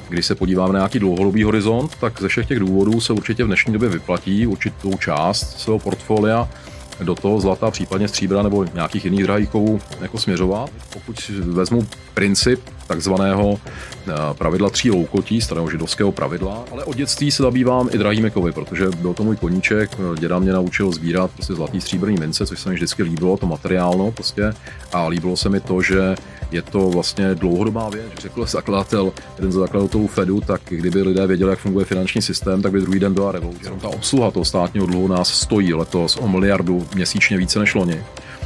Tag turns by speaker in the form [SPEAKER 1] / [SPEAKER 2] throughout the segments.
[SPEAKER 1] Když se podíváme na nějaký dlouhodobý horizont, tak ze všech těch důvodů se určitě v dnešní době vyplatí určitou část svého portfolia do toho zlata, případně stříbra nebo nějakých jiných drahých kovů jako směřovat. Pokud vezmu princip takzvaného pravidla 3 loukotí, starého židovského pravidla, ale od dětství se zabývám i drahými kovy, protože byl to můj koníček, děda mě naučil sbírat prostě zlatý stříbrný mince, což se mi vždycky líbilo, to materiálno prostě, a líbilo se mi to, že je to vlastně dlouhodobá věc, řekl zakladatel, jeden ze zakladatelů Fedu, tak kdyby lidé věděli, jak funguje finanční systém, tak by druhý den byla revoluce. Ta obsluha toho státního dluhu nás stojí letos o miliardu měsíčně více než loni.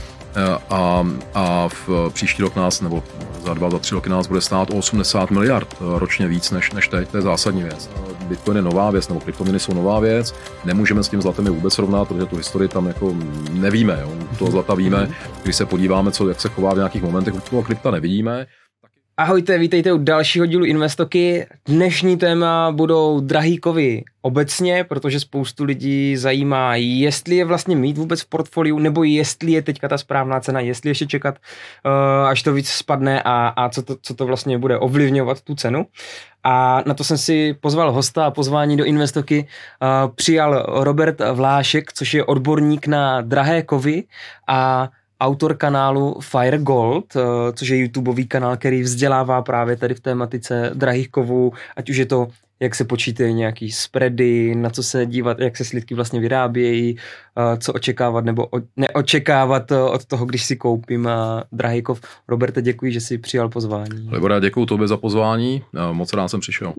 [SPEAKER 1] A v příští rok nás, nebo za 2-3 roky nás bude stát o 80 miliard ročně víc než teď. To je zásadní věc. Bitcoin je nová věc, nebo kryptoměny jsou nová věc. Nemůžeme s tím zlatem vůbec srovnat, protože tu historii tam jako nevíme. Jo. U toho zlata víme, když se podíváme, jak se chová v nějakých momentech, u toho krypta nevidíme.
[SPEAKER 2] Ahojte, vítejte u dalšího dílu Investoky. Dnešní téma budou drahý kovy obecně, protože spoustu lidí zajímá, jestli je vlastně mít vůbec v portfoliu, nebo jestli je teďka ta správná cena, jestli ještě čekat, až to víc spadne a co to vlastně bude ovlivňovat tu cenu. A na to jsem si pozval hosta a pozvání do Investoky přijal Robert Vlášek, což je odborník na drahé kovy a autor kanálu Fire Gold, což je YouTubeový kanál, který vzdělává právě tady v tématice drahých kovů, ať už je to, jak se počítají nějaký spready, na co se dívat, jak se slitky vlastně vyrábějí, co očekávat nebo neočekávat od toho, když si koupím drahý kov. Roberte, děkuji, že jsi přijal pozvání.
[SPEAKER 1] Libora, děkuji tobě za pozvání, moc rád jsem přišel.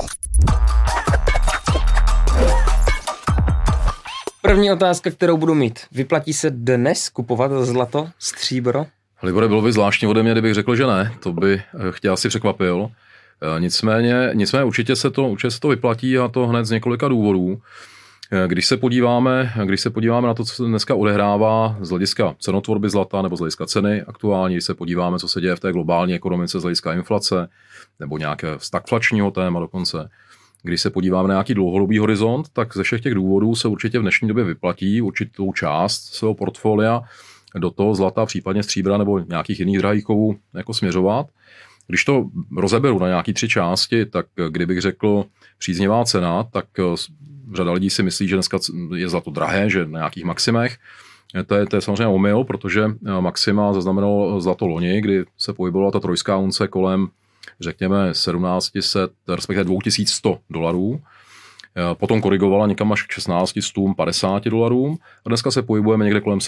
[SPEAKER 2] První otázka, kterou budu mít. Vyplatí se dnes kupovat zlato, stříbro?
[SPEAKER 1] Libore, bylo by zvláštní ode mě, kdybych řekl, že ne. To by tě asi překvapil. Nicméně určitě se to vyplatí, a to hned z několika důvodů. Když se podíváme na to, co se dneska odehrává z hlediska cenotvorby zlata nebo z hlediska ceny aktuální, když se podíváme, co se děje v té globální ekonomice z hlediska inflace nebo nějaké stagflačního téma dokonce, když se podíváme na nějaký dlouhodobý horizont, tak ze všech těch důvodů se určitě v dnešní době vyplatí určitou část svého portfolia do toho zlata, případně stříbra nebo nějakých jiných drahých kovů jako směřovat. Když to rozeberu na nějaké 3 části, tak kdybych řekl příznivá cena, tak řada lidí si myslí, že dneska je zlato drahé, že na nějakých maximech. To je samozřejmě omyl, protože maxima zaznamenalo zlato loni, kdy se pohybovala ta trojská unce kolem, řekněme, 1700, respektive $2100. Potom korigovala někam až k 1650 $. A dneska se pohybujeme někde kolem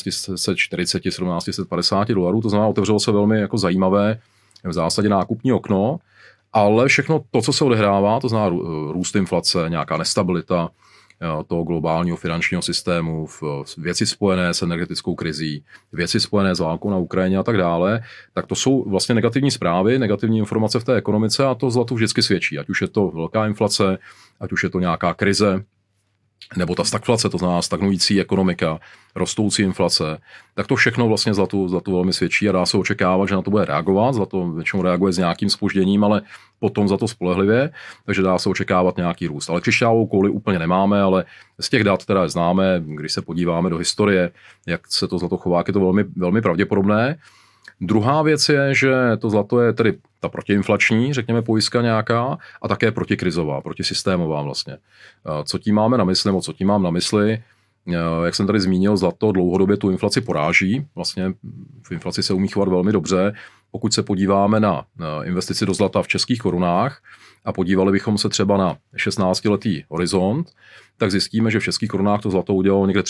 [SPEAKER 1] 1740, $1750. To znamená, otevřelo se velmi jako zajímavé v zásadě nákupní okno, ale všechno to, co se odehrává, to znamená růst inflace, nějaká nestabilita toho globálního finančního systému, věci spojené s energetickou krizí, věci spojené s válkou na Ukrajině a tak dále, tak to jsou vlastně negativní zprávy, negativní informace v té ekonomice a to zlato vždycky svědčí. Ať už je to velká inflace, ať už je to nějaká krize, nebo ta stagflace, to znamená stagnující ekonomika, rostoucí inflace, tak to všechno vlastně zlato velmi svědčí a dá se očekávat, že na to bude reagovat. Zlato většinou reaguje s nějakým zpožděním, ale potom za to spolehlivě, takže dá se očekávat nějaký růst. Ale křišťálovou kouli úplně nemáme, ale z těch dat, které známe, když se podíváme do historie, jak se to zlato chová, je to velmi, velmi pravděpodobné. Druhá věc je, že to zlato je tedy ta protiinflační, řekněme, pojistka nějaká a také protikrizová, protisystémová vlastně. Co tím máme na mysli, nebo co tím mám na mysli? Jak jsem tady zmínil, zlato dlouhodobě tu inflaci poráží. Vlastně v inflaci se umí chovat velmi dobře. Pokud se podíváme na investici do zlata v českých korunách a podívali bychom se třeba na 16letý horizont, tak zjistíme, že v českých korunách to zlato udělalo někde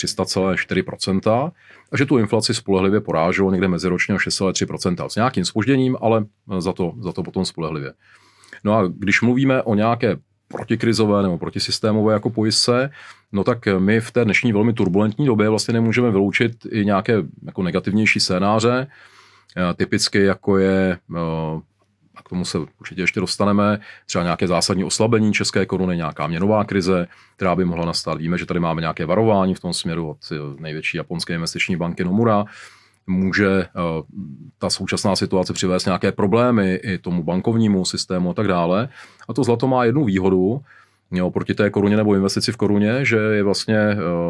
[SPEAKER 1] 300,4% a že tu inflaci spolehlivě poráželo někde meziročně o 6,3%. S nějakým zpožděním, ale za to potom spolehlivě. No a když mluvíme o nějaké protikrizové nebo protisystémové jako pojistce, no tak my v té dnešní velmi turbulentní době vlastně nemůžeme vyloučit i nějaké jako negativnější scénáře, typicky jako je, a k tomu se určitě ještě dostaneme, třeba nějaké zásadní oslabení české koruny, nějaká měnová krize, která by mohla nastat. Víme, že tady máme nějaké varování v tom směru od největší japonské investiční banky Nomura. Může ta současná situace přivést nějaké problémy i tomu bankovnímu systému a tak dále. A to zlato má jednu výhodu oproti té koruně nebo investici v koruně, že je vlastně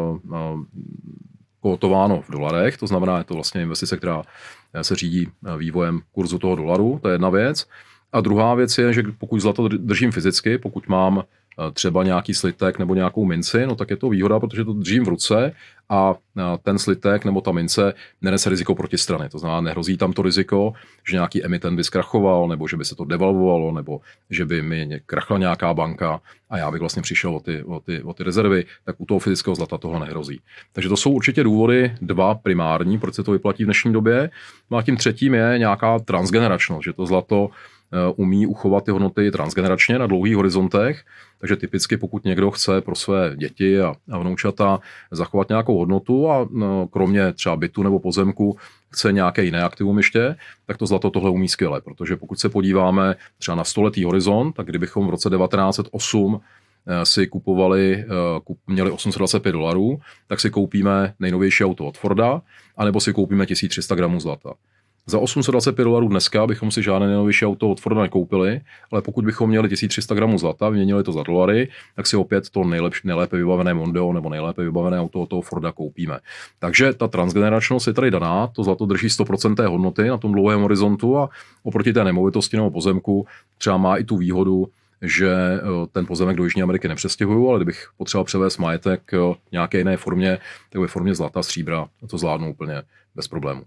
[SPEAKER 1] kotováno v dolarech, to znamená, je to vlastně investice, která se řídí vývojem kurzu toho dolaru, to je jedna věc. A druhá věc je, že pokud zlato držím fyzicky, pokud mám třeba nějaký slitek nebo nějakou minci, no tak je to výhoda, protože to držím v ruce a ten slitek nebo ta mince nenese riziko protistrany. To znamená, nehrozí tam to riziko, že nějaký emitent by zkrachoval, nebo že by se to devalvovalo, nebo že by mi krachla nějaká banka a já bych vlastně přišel o ty rezervy, tak u toho fyzického zlata tohle nehrozí. Takže to jsou určitě důvody dva primární, proč se to vyplatí v dnešní době. No a tím třetím je nějaká transgeneračnost, že to zlato umí uchovat ty hodnoty transgeneračně na dlouhých horizontech, takže typicky pokud někdo chce pro své děti a vnoučata zachovat nějakou hodnotu a kromě třeba bytu nebo pozemku chce nějaké jiné aktivum ještě, tak to zlato tohle umí skvěle, protože pokud se podíváme třeba na 100letý horizont, tak kdybychom v roce 1908 si měli $825, tak si koupíme nejnovější auto od Forda, anebo si koupíme 1300 gramů zlata. Za $825 dneska bychom si žádné nejnovější auto od Forda nekoupili, ale pokud bychom měli 1300 gramů zlata, vyměnili to za dolary, tak si opět to nejlépe vybavené Mondeo nebo nejlépe vybavené auto od toho Forda koupíme. Takže ta transgeneračnost je tady daná, to zlato drží 100% hodnoty na tom dlouhém horizontu a oproti té nemovitosti nebo pozemku třeba má i tu výhodu, že ten pozemek do Jižní Ameriky nepřestěhuju, ale kdybych potřeboval převést majetek v nějaké jiné formě, tak ve formě zlata, stříbra to zvládnu úplně bez problému.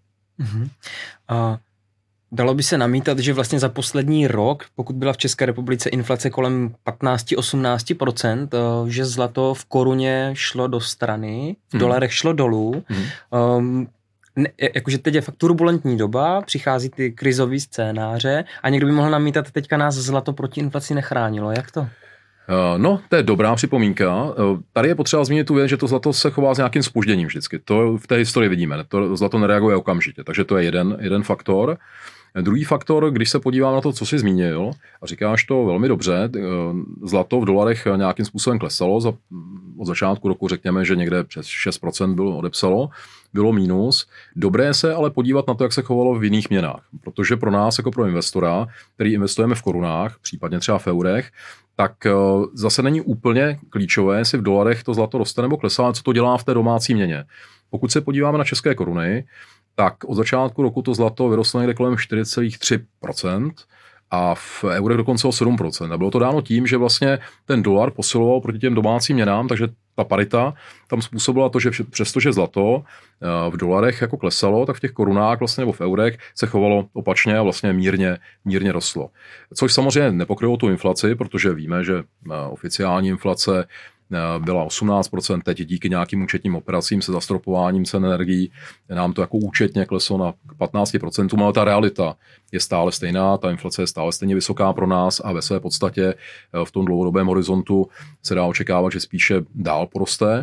[SPEAKER 2] A dalo by se namítat, že vlastně za poslední rok, pokud byla v České republice inflace kolem 15-18%, že zlato v koruně šlo do strany, v dolarech šlo dolů. Jakože teď je fakt turbulentní doba, přichází ty krizový scénáře a někdo by mohl namítat, teďka nás zlato proti inflaci nechránilo. Jak to?
[SPEAKER 1] No, to je dobrá připomínka. Tady je potřeba zmínit tu věc, že to zlato se chová s nějakým zpožděním vždycky. To v té historii vidíme. To zlato nereaguje okamžitě, takže to je jeden faktor. Druhý faktor, když se podívám na to, co jsi zmínil, a říkáš to velmi dobře, zlato v dolarech nějakým způsobem klesalo. Od začátku roku řekněme, že někde přes 6% bylo mínus. Dobré se ale podívat na to, jak se chovalo v jiných měnách, protože pro nás, jako pro investora, který investujeme v korunách, případně třeba v eurech, tak zase není úplně klíčové, jestli v dolarech to zlato roste nebo klesá, ale co to dělá v té domácí měně. Pokud se podíváme na české koruny, tak od začátku roku to zlato vyrostlo někde kolem 4,3% a v eurech dokonce o 7%. A bylo to dáno tím, že vlastně ten dolar posiloval proti těm domácím měnám, takže ta parita tam způsobila to, že přestože zlato v dolarech jako klesalo, tak v těch korunách vlastně nebo v eurech se chovalo opačně a vlastně mírně rostlo. Což samozřejmě nepokrylo tu inflaci, protože víme, že oficiální inflace byla 18%, teď díky nějakým účetním operacím se zastropováním cen energií nám to jako účetně kleslo na 15%, ale ta realita je stále stejná, ta inflace je stále stejně vysoká pro nás a ve své podstatě v tom dlouhodobém horizontu se dá očekávat, že spíše dál poroste.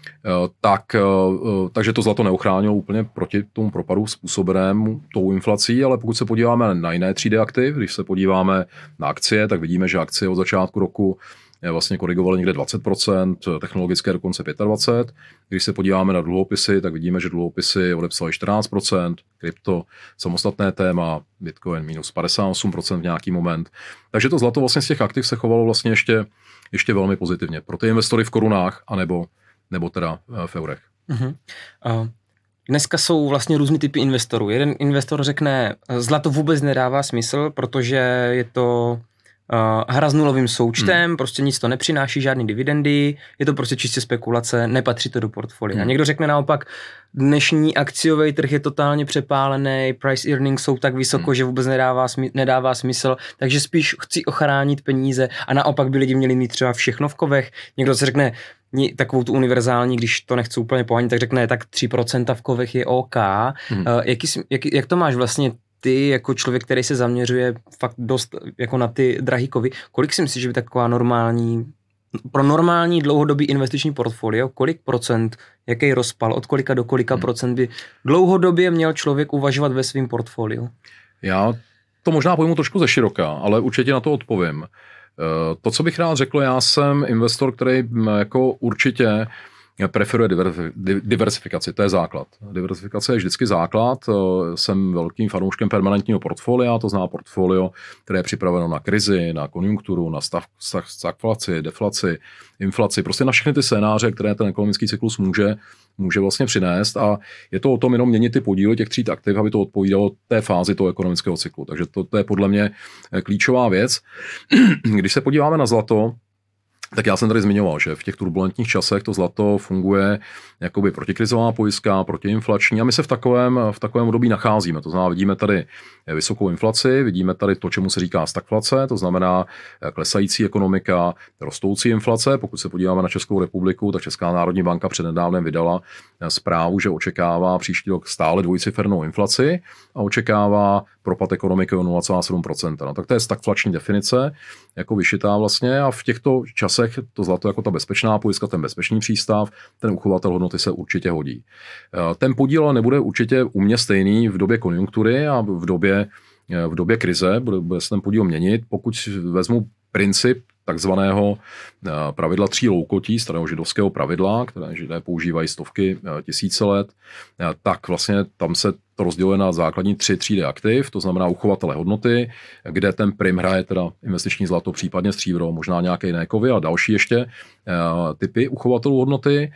[SPEAKER 1] Takže to zlato neochránilo úplně proti tomu propadu způsobenému tou inflací, ale pokud se podíváme na jiné třídy aktiv, když se podíváme na akcie, tak vidíme, že akcie od začátku roku vlastně korigovaly někde 20%, technologické dokonce 25%. Když se podíváme na dluhopisy, tak vidíme, že dluhopisy odepsaly 14%, krypto samostatné téma, Bitcoin minus 58% v nějaký moment. Takže to zlato vlastně z těch aktiv se chovalo vlastně ještě velmi pozitivně. Pro ty investory v korunách, nebo teda v eurech.
[SPEAKER 2] Dneska jsou vlastně různý typy investorů. Jeden investor řekne, zlato vůbec nedává smysl, protože je to hra s nulovým součtem, prostě nic to nepřináší, žádný dividendy, je to prostě čistě spekulace, nepatří to do portfolia. A někdo řekne naopak, dnešní akciový trh je totálně přepálený, price earnings jsou tak vysoko, že vůbec nedává smysl, takže spíš chci ochránit peníze a naopak by lidi měli mít třeba všechno v kovech. Někdo se řekne, takovou tu univerzální, když to nechci úplně pohanit, tak řekne, tak 3% v kovech je OK. Jak to máš vlastně ty jako člověk, který se zaměřuje fakt dost jako na ty drahý kovy, kolik si myslíš, že by taková pro normální dlouhodobý investiční portfolio, kolik procent, jaký rozpal, od kolika do kolika procent by dlouhodobě měl člověk uvažovat ve svém portfoliu? Já
[SPEAKER 1] to možná pojmu trošku ze široka, ale určitě na to odpovím. To, co bych rád řekl, já jsem investor, který jako určitě preferuje diversifikaci, to je základ. Diversifikace je vždycky základ. Jsem velkým fanouškem permanentního portfolia, to znamená portfolio, které je připraveno na krizi, na konjunkturu, na stagflaci, deflaci, inflaci, prostě na všechny ty scénáře, které ten ekonomický cyklus může může vlastně přinést a je to o tom jenom měnit ty podíly těch tříd aktiv, aby to odpovídalo té fázi toho ekonomického cyklu. Takže to je podle mě klíčová věc. Když se podíváme na zlato, tak já jsem tady zmiňoval, že v těch turbulentních časech to zlato funguje jakoby protikrizová pojistka, protiinflační a my se v takovém období nacházíme. To znamená, vidíme tady vysokou inflaci, vidíme tady to, čemu se říká stagflace, to znamená klesající ekonomika, rostoucí inflace. Pokud se podíváme na Českou republiku, tak Česká národní banka přednedávnem vydala zprávu, že očekává příští rok stále dvojcifernou inflaci a očekává propad ekonomiky o 0,7%. No, tak to je stagflační definice, jako vyšitá vlastně a v těchto časech to zlato jako ta bezpečná pojistka, ten bezpečný přístav, ten uchovatel hodnoty se určitě hodí. Ten podíl nebude určitě u mě stejný v době konjunktury a v době krize, bude se ten podíl měnit, pokud vezmu princip takzvaného pravidla 3 loukotí, starého židovského pravidla, které Židé používají stovky tisíce let, tak vlastně tam se to rozděluje na základní 3 třídy aktiv, to znamená uchovatele hodnoty, kde ten prim hraje teda investiční zlato, případně stříbro, možná nějaké jiné kovy a další ještě typy uchovatelů hodnoty.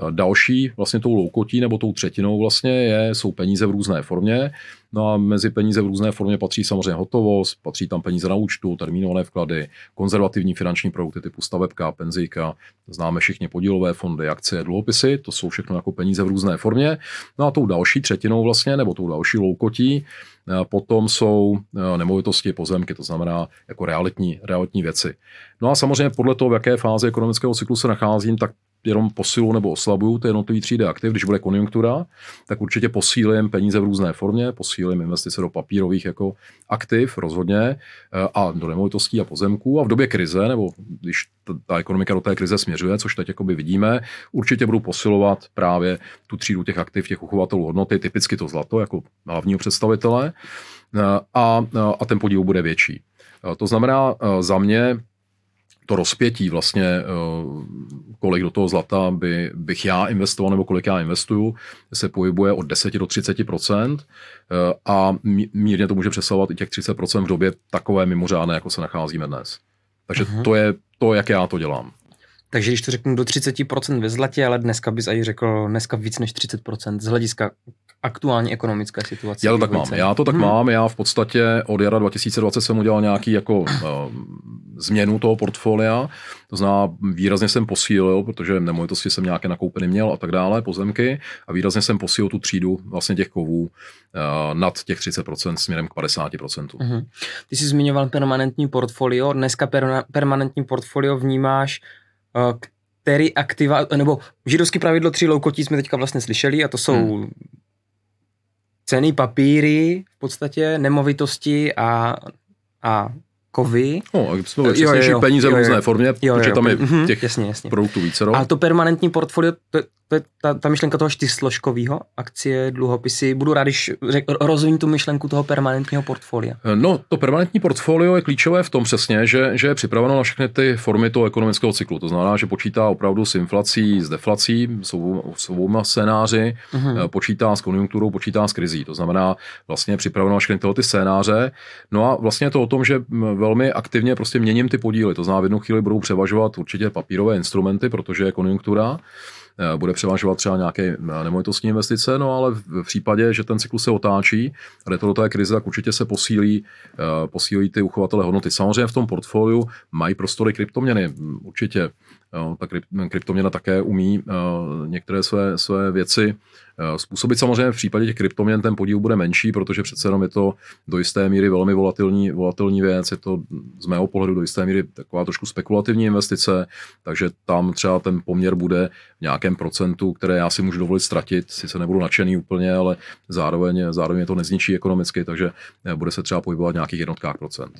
[SPEAKER 1] Další vlastně tou loukotí nebo tou třetinou vlastně jsou peníze v různé formě. No a mezi peníze v různé formě patří samozřejmě hotovost, patří tam peníze na účtu, termínované vklady, konzervativní finanční produkty typu stavebka, penzijka, známe všichni podílové fondy, akcie, dluhopisy, to jsou všechno jako peníze v různé formě. No a tou další třetinou vlastně, nebo tou další loukotí, potom jsou nemovitosti, pozemky, to znamená jako realitní věci. No a samozřejmě podle toho, v jaké fázi ekonomického cyklu se nacházím, tak jenom posiluju nebo oslabuju ty jednotlivé třídy aktiv. Když bude konjunktura, tak určitě posílím peníze v různé formě, posílím investice do papírových jako aktiv rozhodně a do nemovitostí a pozemků. A v době krize, nebo když ta ekonomika do té krize směřuje, což teď jakoby vidíme, určitě budu posilovat právě tu třídu těch aktiv, těch uchovatelů hodnoty, typicky to zlato jako hlavního představitele a ten podíl bude větší. To znamená za mě to rozpětí vlastně, kolik do toho zlata bych já investoval nebo kolik já investuju, se pohybuje od 10 do 30% a mírně to může přesahovat i těch 30% v době takové mimořádné, jako se nacházíme dnes. Takže to je to, jak já to dělám.
[SPEAKER 2] Takže když to řeknu do 30% ve zlatě, ale dneska bys i řekl dneska víc než 30% z hlediska aktuální ekonomické situace.
[SPEAKER 1] Já to tak mám. Já v podstatě od jara 2020 jsem udělal nějaký jako změnu toho portfolia. To znamená, výrazně jsem posílil, protože nemovitosti jsem nějaké nakoupeny měl a tak dále, pozemky, a výrazně jsem posílil tu třídu vlastně těch kovů nad těch 30% směrem k 50%.
[SPEAKER 2] Ty jsi zmiňoval permanentní portfolio. Dneska permanentní portfolio vnímáš který aktiva, nebo židovský pravidlo 3 loukotí jsme teďka vlastně slyšeli a to jsou cenný papíry, v podstatě nemovitosti a kovy.
[SPEAKER 1] Přesnější peníze v různé formě, protože tam je těch
[SPEAKER 2] jasně.
[SPEAKER 1] produktů vícero.
[SPEAKER 2] A to permanentní portfolio, to je ta myšlenka toho 4složkového, akcie, dluhopisy. Budu rád, když rozumím tu myšlenku toho permanentního portfolia.
[SPEAKER 1] No, to permanentní portfolio je klíčové v tom přesně, že je připraveno na všechny ty formy toho ekonomického cyklu. To znamená, že počítá opravdu s inflací, s deflací, s obou scénáři, počítá s konjunkturou, počítá s krizí. To znamená, vlastně je připraveno na všechny tyhle ty scénáře. No a vlastně je to o tom, že velmi aktivně prostě měním ty podíly. To znamená, v jednu chvíli budou převažovat určitě papírové instrumenty, protože je konjunktura. Bude převažovat třeba nějaké nemovitostní investice, no ale v případě, že ten cyklus se otáčí a jde to do té krize, tak určitě se posílí ty uchovatele hodnoty. Samozřejmě v tom portfoliu mají prostory kryptoměny, určitě. Ta kryptoměna také umí některé své věci způsobit. Samozřejmě v případě těch kryptoměn ten podíl bude menší, protože přece jenom je to do jisté míry velmi volatilní věc, je to z mého pohledu do jisté míry taková trošku spekulativní investice, takže tam třeba ten poměr bude v nějakém procentu, které já si můžu dovolit ztratit, sice nebudu nadšený úplně, ale zároveň to nezničí ekonomicky, takže bude se třeba pohybovat v nějakých jednotkách procent.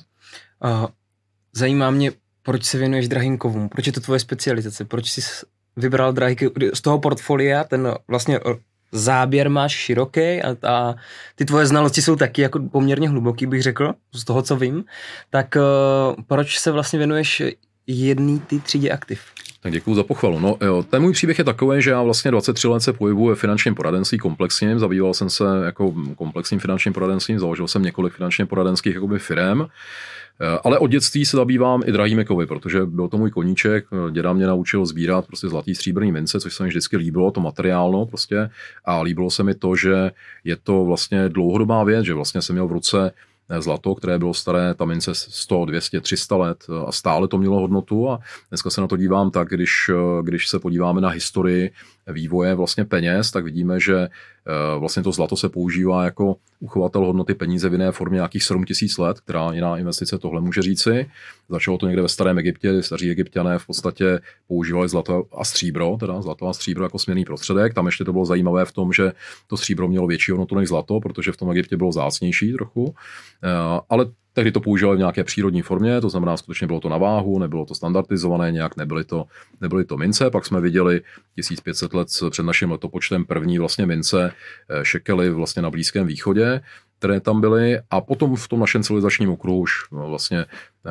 [SPEAKER 2] Zajímá mě, proč se věnuješ drahým kovům? Proč je to tvoje specializace? Proč jsi vybral drahý z toho portfolia? Ten vlastně záběr máš široký a ty tvoje znalosti jsou taky jako poměrně hluboký, bych řekl, z toho, co vím. Tak proč se vlastně věnuješ jedné ty třídě aktiv?
[SPEAKER 1] Tak děkuju za pochvalu. No jo, ten můj příběh je takový, že já vlastně 23 let se pohybuji ve finančním poradenství komplexním, zabýval jsem se jako komplexním finančním poradenstvím, založil jsem několik finančně poradenských firem. Ale od dětství se zabývám i drahými kovy, protože byl to můj koníček. Děda mě naučil sbírat prostě zlatý stříbrný mince, což se mi vždycky líbilo, to materiálno prostě. A líbilo se mi to, že je to vlastně dlouhodobá věc, že vlastně jsem měl v ruce zlato, které bylo staré, ta mince 100, 200, 300 let a stále to mělo hodnotu a dneska se na to dívám tak, když se podíváme na historii vývoje vlastně peněz, tak vidíme, že vlastně to zlato se používá jako uchovatel hodnoty peníze v jiné formě nějakých 7000 let, která jiná investice tohle může říci. Začalo to někde ve starém Egyptě, staří Egypťané v podstatě používali zlato a stříbro jako směnný prostředek. Tam ještě to bylo zajímavé v tom, že to stříbro mělo větší hodnotu než zlato, protože v tom Egyptě bylo vzácnější trochu, ale tehdy to používali v nějaké přírodní formě, to znamená, skutečně bylo to na váhu, nebylo to standardizované nějak, nebyly to mince. Pak jsme viděli 1500 let před naším letopočtem první vlastně mince, šekely vlastně na Blízkém východě, které tam byly, a potom v tom našem civilizačním okruhu už vlastně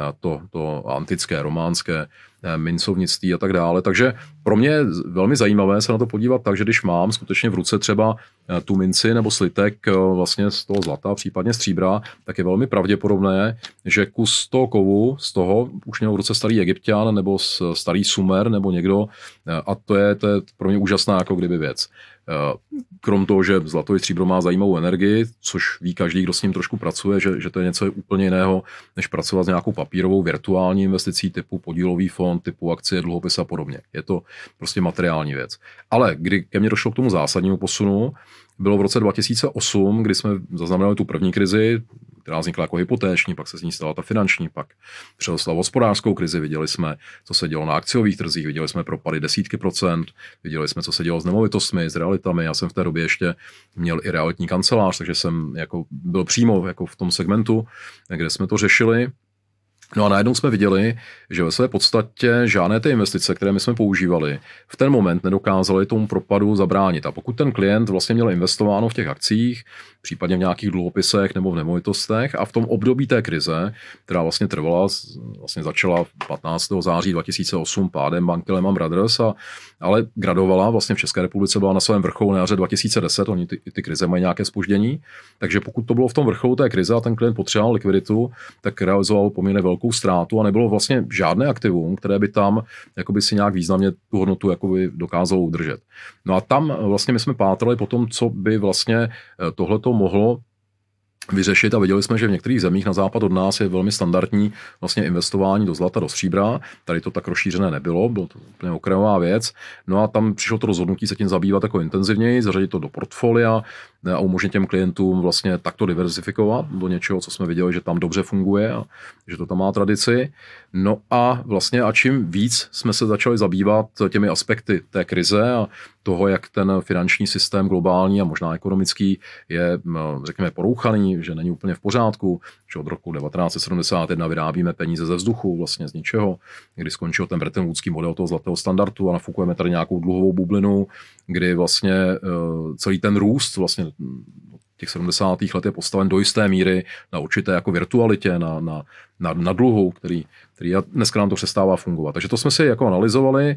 [SPEAKER 1] to antické, románské mincovnictví a tak dále. Takže pro mě je velmi zajímavé se na to podívat tak, že když mám skutečně v ruce třeba tu minci nebo slitek vlastně z toho zlata, případně stříbra, tak je velmi pravděpodobné, že kus toho kovu z toho už měl v ruce starý Egypťan nebo starý Sumer nebo někdo, a to je pro mě úžasná jako kdyby věc. Krom toho, že zlato i stříbro má zajímavou energii, což ví každý, kdo s ním trošku pracuje, že to je něco úplně jiného, než pracovat s nějakou papírovou virtuální investicí typu podílový fond, typu akcie, dluhopis a podobně. Je to prostě materiální věc. Ale kdy ke mně došlo k tomu zásadnímu posunu, bylo v roce 2008, kdy jsme zaznamenali tu první krizi, která vznikla jako hypotéční, pak se z ní stala ta finanční, pak přerostla hospodářskou krizi, viděli jsme, co se dělo na akciových trzích, viděli jsme propady desítky procent, viděli jsme, co se dělo s nemovitostmi, s realitami. Já jsem v té době ještě měl i realitní kancelář, takže jsem jako byl přímo jako v tom segmentu, kde jsme to řešili. No a najednou jsme viděli, že ve své podstatě žádné ty investice, které my jsme používali, v ten moment nedokázaly tomu propadu zabránit. A pokud ten klient vlastně měl investováno v těch akcích, případně v nějakých dluhopisech nebo v nemovitostech, a v tom období té krize, která vlastně trvala, vlastně začala 15. září 2008 pádem banky Lehman Brothers, ale gradovala, vlastně v České republice byla na svém vrcholu na jaře 2010, oni ty krize mají nějaké zpoždění, takže pokud to bylo v tom vrcholu té krize a ten klient potřeboval likviditu, tak realizoval poměrně velkou ztrátu a nebylo vlastně žádné aktivum, které by tam jakoby si nějak významně tu hodnotu jakoby dokázalo udržet. No a tam vlastně my jsme pátrali po tom, co by vlastně tohleto mohlo vyřešit, a viděli jsme, že v některých zemích na západ od nás je velmi standardní vlastně investování do zlata, do stříbra. Tady to tak rozšířené nebylo, bylo to úplně okrajová věc. No a tam přišlo to rozhodnutí se tím zabývat jako intenzivněji, zařadit to do portfolia a umožnit těm klientům vlastně takto diverzifikovat do něčeho, co jsme viděli, že tam dobře funguje a že to tam má tradici. No a vlastně a čím víc jsme se začali zabývat těmi aspekty té krize a toho, jak ten finanční systém globální a možná ekonomický je, řekněme, porouchaný, že není úplně v pořádku, že od roku 1971 vyrábíme peníze ze vzduchu, vlastně z ničeho, kdy skončil ten Bretton Woodský model toho zlatého standardu a nafukujeme tady nějakou dluhovou bublinu, kdy vlastně celý ten růst vlastně těch 70. let je postaven do jisté míry na určité jako virtualitě, na dluhu, který dneska nám to přestává fungovat. Takže to jsme si jako analyzovali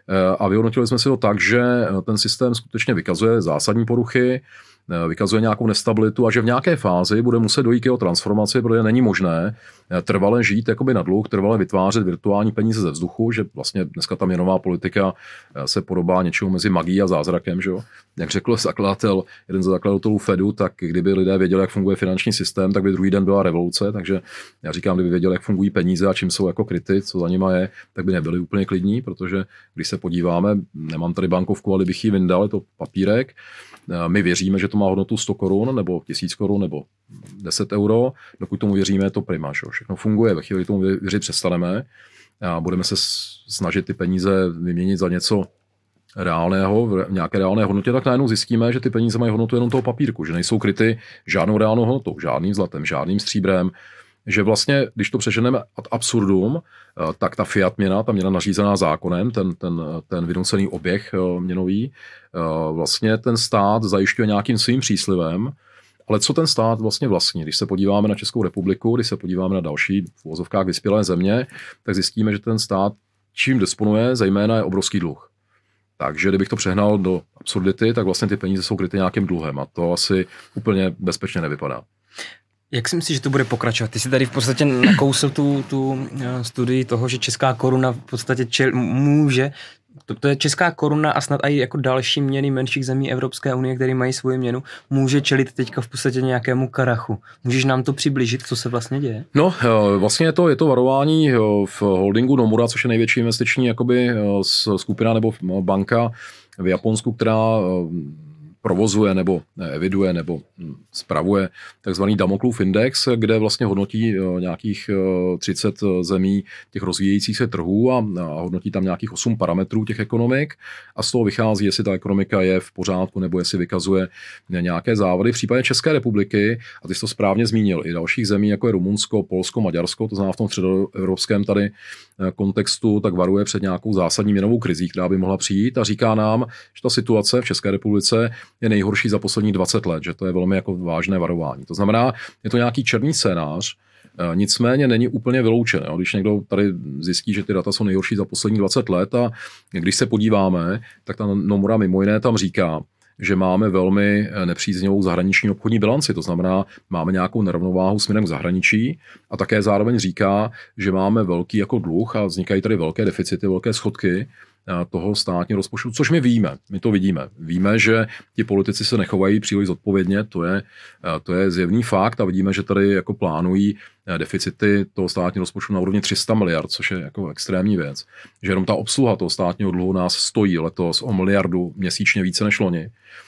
[SPEAKER 1] a vyhodnotili jsme si to tak, že ten systém skutečně vykazuje zásadní poruchy, vykazuje nějakou nestabilitu a že v nějaké fázi bude muset dojít k jeho transformaci, protože není možné trvale žít jakoby na dluh, trvale vytvářet virtuální peníze ze vzduchu, že vlastně dneska ta měnová politika se podobá něčemu mezi magií a zázrakem, že jo? Jak řekl jeden ze zakladatelů Fedu, tak kdyby lidé věděli, jak funguje finanční systém, tak by druhý den byla revoluce, takže já říkám, kdyby věděli, jak fungují peníze a čím jsou jako kryty, co za nima je, tak by nebyli úplně klidní, protože když se podíváme, nemám tady bankovku, ale bych ji vyndal, je to papírek. My věříme, že to má hodnotu 100 korun nebo 1000 korun nebo 10 euro. Dokud tomu věříme, je to prima. Že? Všechno funguje. Ve chvíli, kdy tomu věřit přestaneme a budeme se snažit ty peníze vyměnit za něco reálného, v nějaké reálné hodnotě, tak najednou zjistíme, že ty peníze mají hodnotu jenom toho papírku, že nejsou kryty žádnou reálnou hodnotou, žádným zlatem, žádným stříbrem, že vlastně, když to přeženeme ad absurdum, tak ta fiat měna, ta měna nařízená zákonem, ten vynucený oběh měnový, vlastně ten stát zajišťuje nějakým svým příslivem, ale co ten stát vlastně vlastní? Když se podíváme na Českou republiku, když se podíváme na další v uvozovkách vyspělé země, tak zjistíme, že ten stát čím disponuje, zejména je obrovský dluh. Takže kdybych to přehnal do absurdity, tak vlastně ty peníze jsou kryty nějakým dluhem a to asi úplně bezpečně nevypadá.
[SPEAKER 2] Jak si myslíš, že to bude pokračovat? Ty jsi tady v podstatě nakousl tu studii toho, že česká koruna v podstatě může, to je česká koruna a snad i jako další měny menších zemí Evropské unie, které mají svoji měnu, může čelit teďka v podstatě nějakému karachu. Můžeš nám to přiblížit, co se vlastně děje?
[SPEAKER 1] No, vlastně je to varování v holdingu Nomura, což je největší investiční jakoby skupina nebo banka v Japonsku, která provozuje nebo eviduje nebo spravuje takzvaný Damoklův index, kde vlastně hodnotí nějakých 30 zemí těch rozvíjejících se trhů a hodnotí tam nějakých 8 parametrů těch ekonomik a z toho vychází, jestli ta ekonomika je v pořádku nebo jestli vykazuje nějaké závady. V případě České republiky, a ty jsi to správně zmínil, i dalších zemí, jako je Rumunsko, Polsko, Maďarsko, to znamená v tom středoevropském tady kontextu, tak varuje před nějakou zásadní měnovou krizí, která by mohla přijít a říká nám, že ta situace v České republice je nejhorší za posledních 20 let, že to je velmi jako vážné varování. To znamená, je to nějaký černý scénář, nicméně není úplně vyloučen. Když někdo tady zjistí, že ty data jsou nejhorší za poslední 20 let a když se podíváme, tak ta Nomura mimo jiné tam říká, že máme velmi nepříznivou zahraniční obchodní bilanci, to znamená, máme nějakou nerovnováhu směrem k zahraničí a také zároveň říká, že máme velký jako dluh a vznikají tady velké deficity, velké schodky toho státního rozpočtu, což my víme, my to vidíme. Víme, že ti politici se nechovají příliš zodpovědně, to je zjevný fakt a vidíme, že tady jako plánují deficity toho státního rozpočtu na úrovni 300 miliard, což je jako extrémní věc. Že jenom ta obsluha toho státního dluhu nás stojí letos o miliardu měsíčně více než loni.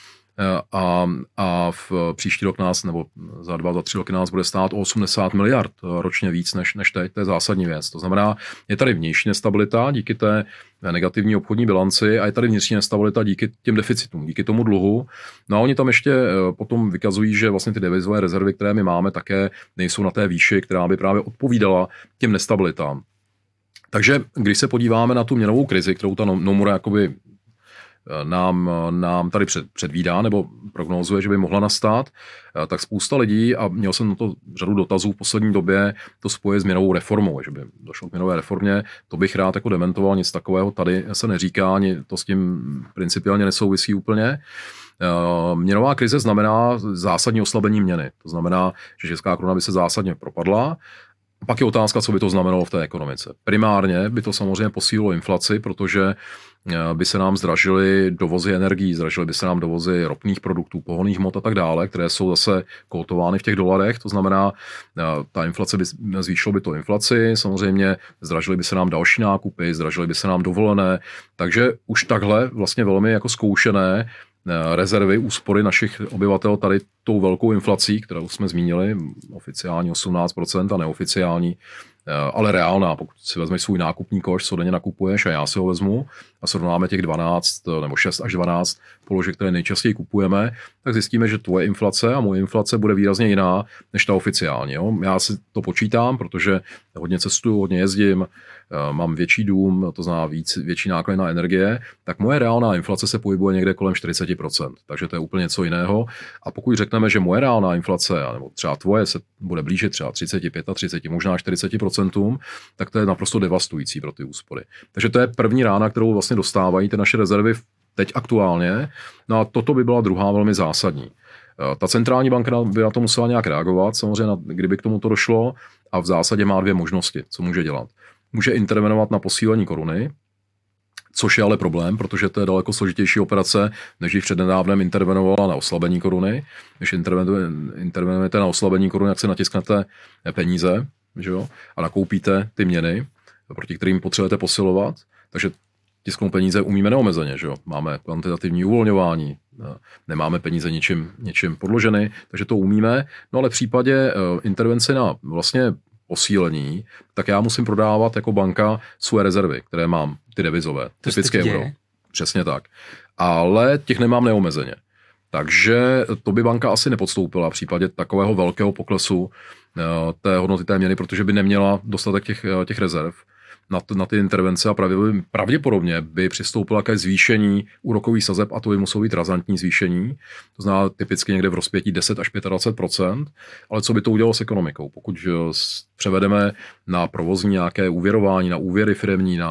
[SPEAKER 1] A v příští rok nás, nebo za 2-3 roky nás bude stát o 80 miliard ročně víc než teď. To je zásadní věc. To znamená, je tady vnější nestabilita díky té negativní obchodní bilanci a je tady vnitřní nestabilita díky těm deficitům, díky tomu dluhu. No a oni tam ještě potom vykazují, že vlastně ty devizové rezervy, které my máme, také nejsou na té výši, která by právě odpovídala těm nestabilitám. Takže když se podíváme na tu měnovou krizi, kterou ta Nomura jakoby nám tady předvídá nebo prognózuje, že by mohla nastat, tak spousta lidí, a měl jsem na to řadu dotazů v poslední době, to spoje s měnovou reformou, že by došlo k měnové reformě, to bych rád jako dementoval, nic takového tady se neříká, ani to s tím principiálně nesouvisí úplně. Měnová krize znamená zásadní oslabení měny, to znamená, že česká koruna by se zásadně propadla. Pak je otázka, co by to znamenalo v té ekonomice. Primárně by to samozřejmě posílilo inflaci, protože by se nám zdražily dovozy energií, zdražily by se nám dovozy ropných produktů, pohonných hmot a tak dále, které jsou zase kótovány v těch dolarech. To znamená, ta inflace zvýšilo by to inflaci, samozřejmě zdražily by se nám další nákupy, zdražily by se nám dovolené. Takže už takhle vlastně velmi jako zkoušené rezervy, úspory našich obyvatel tady tou velkou inflací, kterou jsme zmínili, oficiální 18% a neoficiální, ale reálná, pokud si vezmeš svůj nákupní koš, co denně nakupuješ a já si ho vezmu a srovnáme těch 12 nebo 6 až 12 položek, které nejčastěji kupujeme, tak zjistíme, že tvoje inflace a moje inflace bude výrazně jiná než ta oficiální. Jo? Já si to počítám, protože hodně cestuju, hodně jezdím, mám větší dům, to znamená větší náklady na energie, tak moje reálná inflace se pohybuje někde kolem 40%, takže to je úplně něco jiného. A pokud řekneme, že moje reálná inflace, nebo třeba tvoje se bude blížit třeba 35, 30, možná 40%, tak to je naprosto devastující pro ty úspory. Takže to je první rána, kterou vlastně dostávají ty naše rezervy teď aktuálně. No a toto by byla druhá velmi zásadní. Ta centrální banka by na to musela nějak reagovat, samozřejmě, kdyby k tomu to došlo, a v zásadě má dvě možnosti, co může dělat. Může intervenovat na posílení koruny, což je ale problém, protože to je daleko složitější operace, než když přednedávnem intervenovala na oslabení koruny. Když intervenujete na oslabení koruny, jak si natisknete peníze, že jo, a nakoupíte ty měny, proti kterým potřebujete posilovat, takže tisknout peníze umíme neomezeně, že jo. Máme kvantitativní uvolňování, nemáme peníze ničím podloženy, takže to umíme. No ale v případě intervence na vlastně posílení, tak já musím prodávat jako banka svoje rezervy, které mám, ty devizové, typické euro. Přesně tak. Ale těch nemám neomezeně. Takže to by banka asi nepodstoupila v případě takového velkého poklesu té hodnoty té měny, protože by neměla dostatek těch rezerv na ty intervence a pravděpodobně by přistoupila ke zvýšení úrokových sazeb a to by muselo být razantní zvýšení. To znamená typicky někde v rozpětí 10 až 25%, ale co by to udělalo s ekonomikou? Pokud převedeme na provozní nějaké úvěrování, na úvěry firemní,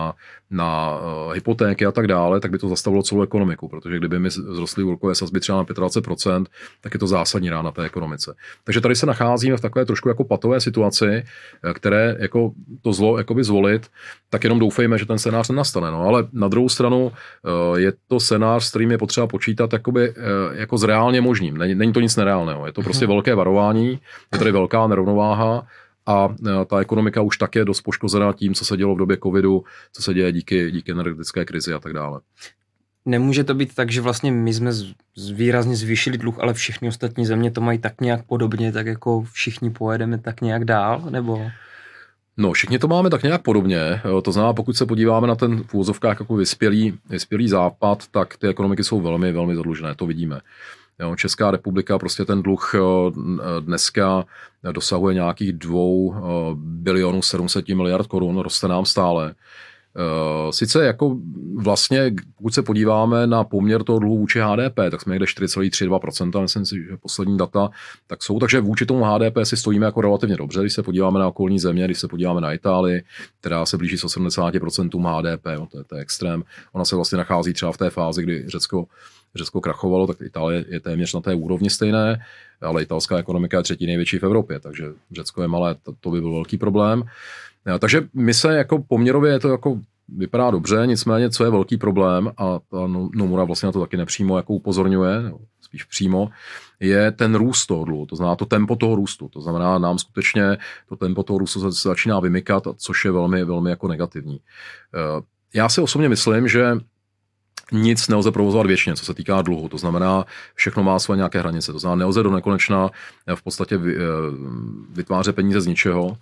[SPEAKER 1] na hypotéky a tak dále, tak by to zastavilo celou ekonomiku, protože kdyby mi vzrostly úrokové sazby třeba na 25%, tak je to zásadní rána té ekonomice. Takže tady se nacházíme v takové trošku jako patové situaci, které jako to zlo jakoby zvolit, tak jenom doufejme, že ten scénář nenastane. No, ale na druhou stranu je to scénář, s kterým je potřeba počítat jakoby, jako s reálně možným. Není to nic nereálného. Je to prostě velké varování, je tady velká nerovnováha a ta ekonomika už tak je dost poškozená tím, co se dělo v době covidu, co se děje díky energetické krizi a tak dále.
[SPEAKER 2] Nemůže to být tak, že vlastně my jsme výrazně zvýšili dluh, ale všechny ostatní země to mají tak nějak podobně, tak jako všichni pojedeme tak nějak dál, nebo...
[SPEAKER 1] No, všichni to máme tak nějak podobně. To znamená, pokud se podíváme na ten v úvozovkách jako vyspělý západ, tak ty ekonomiky jsou velmi, velmi zadlužené, to vidíme. Jo, Česká republika, prostě ten dluh dneska dosahuje nějakých 2 bilionů 700 miliard korun, roste nám stále. Sice jako vlastně, pokud se podíváme na poměr toho dluhu vůči HDP, tak jsme někde 4,32%, myslím si, že poslední data tak jsou, takže vůči tomu HDP si stojíme jako relativně dobře, když se podíváme na okolní země, když se podíváme na Itálii, která se blíží 80% HDP, jo, to je extrém. Ona se vlastně nachází třeba v té fázi, kdy Řecko krachovalo, tak Itálie je téměř na té úrovni stejné, ale italská ekonomika je 3. největší v Evropě, takže Řecko je malé, to by byl velký problém. Takže my se jako poměrově to jako vypadá dobře, nicméně co je velký problém, a ta Nomura vlastně na to taky nepřímo jako upozorňuje, spíš přímo, je ten růst toho dluhu, to znamená to tempo toho růstu. To znamená, nám skutečně to tempo toho růstu se začíná vymykat, což je velmi, velmi jako negativní. Já si osobně myslím, že nic nelze provozovat věčně, co se týká dluhu. To znamená, všechno má své nějaké hranice. To znamená, nelze do nekonečna v podstatě vytvářet peníze z ničeho,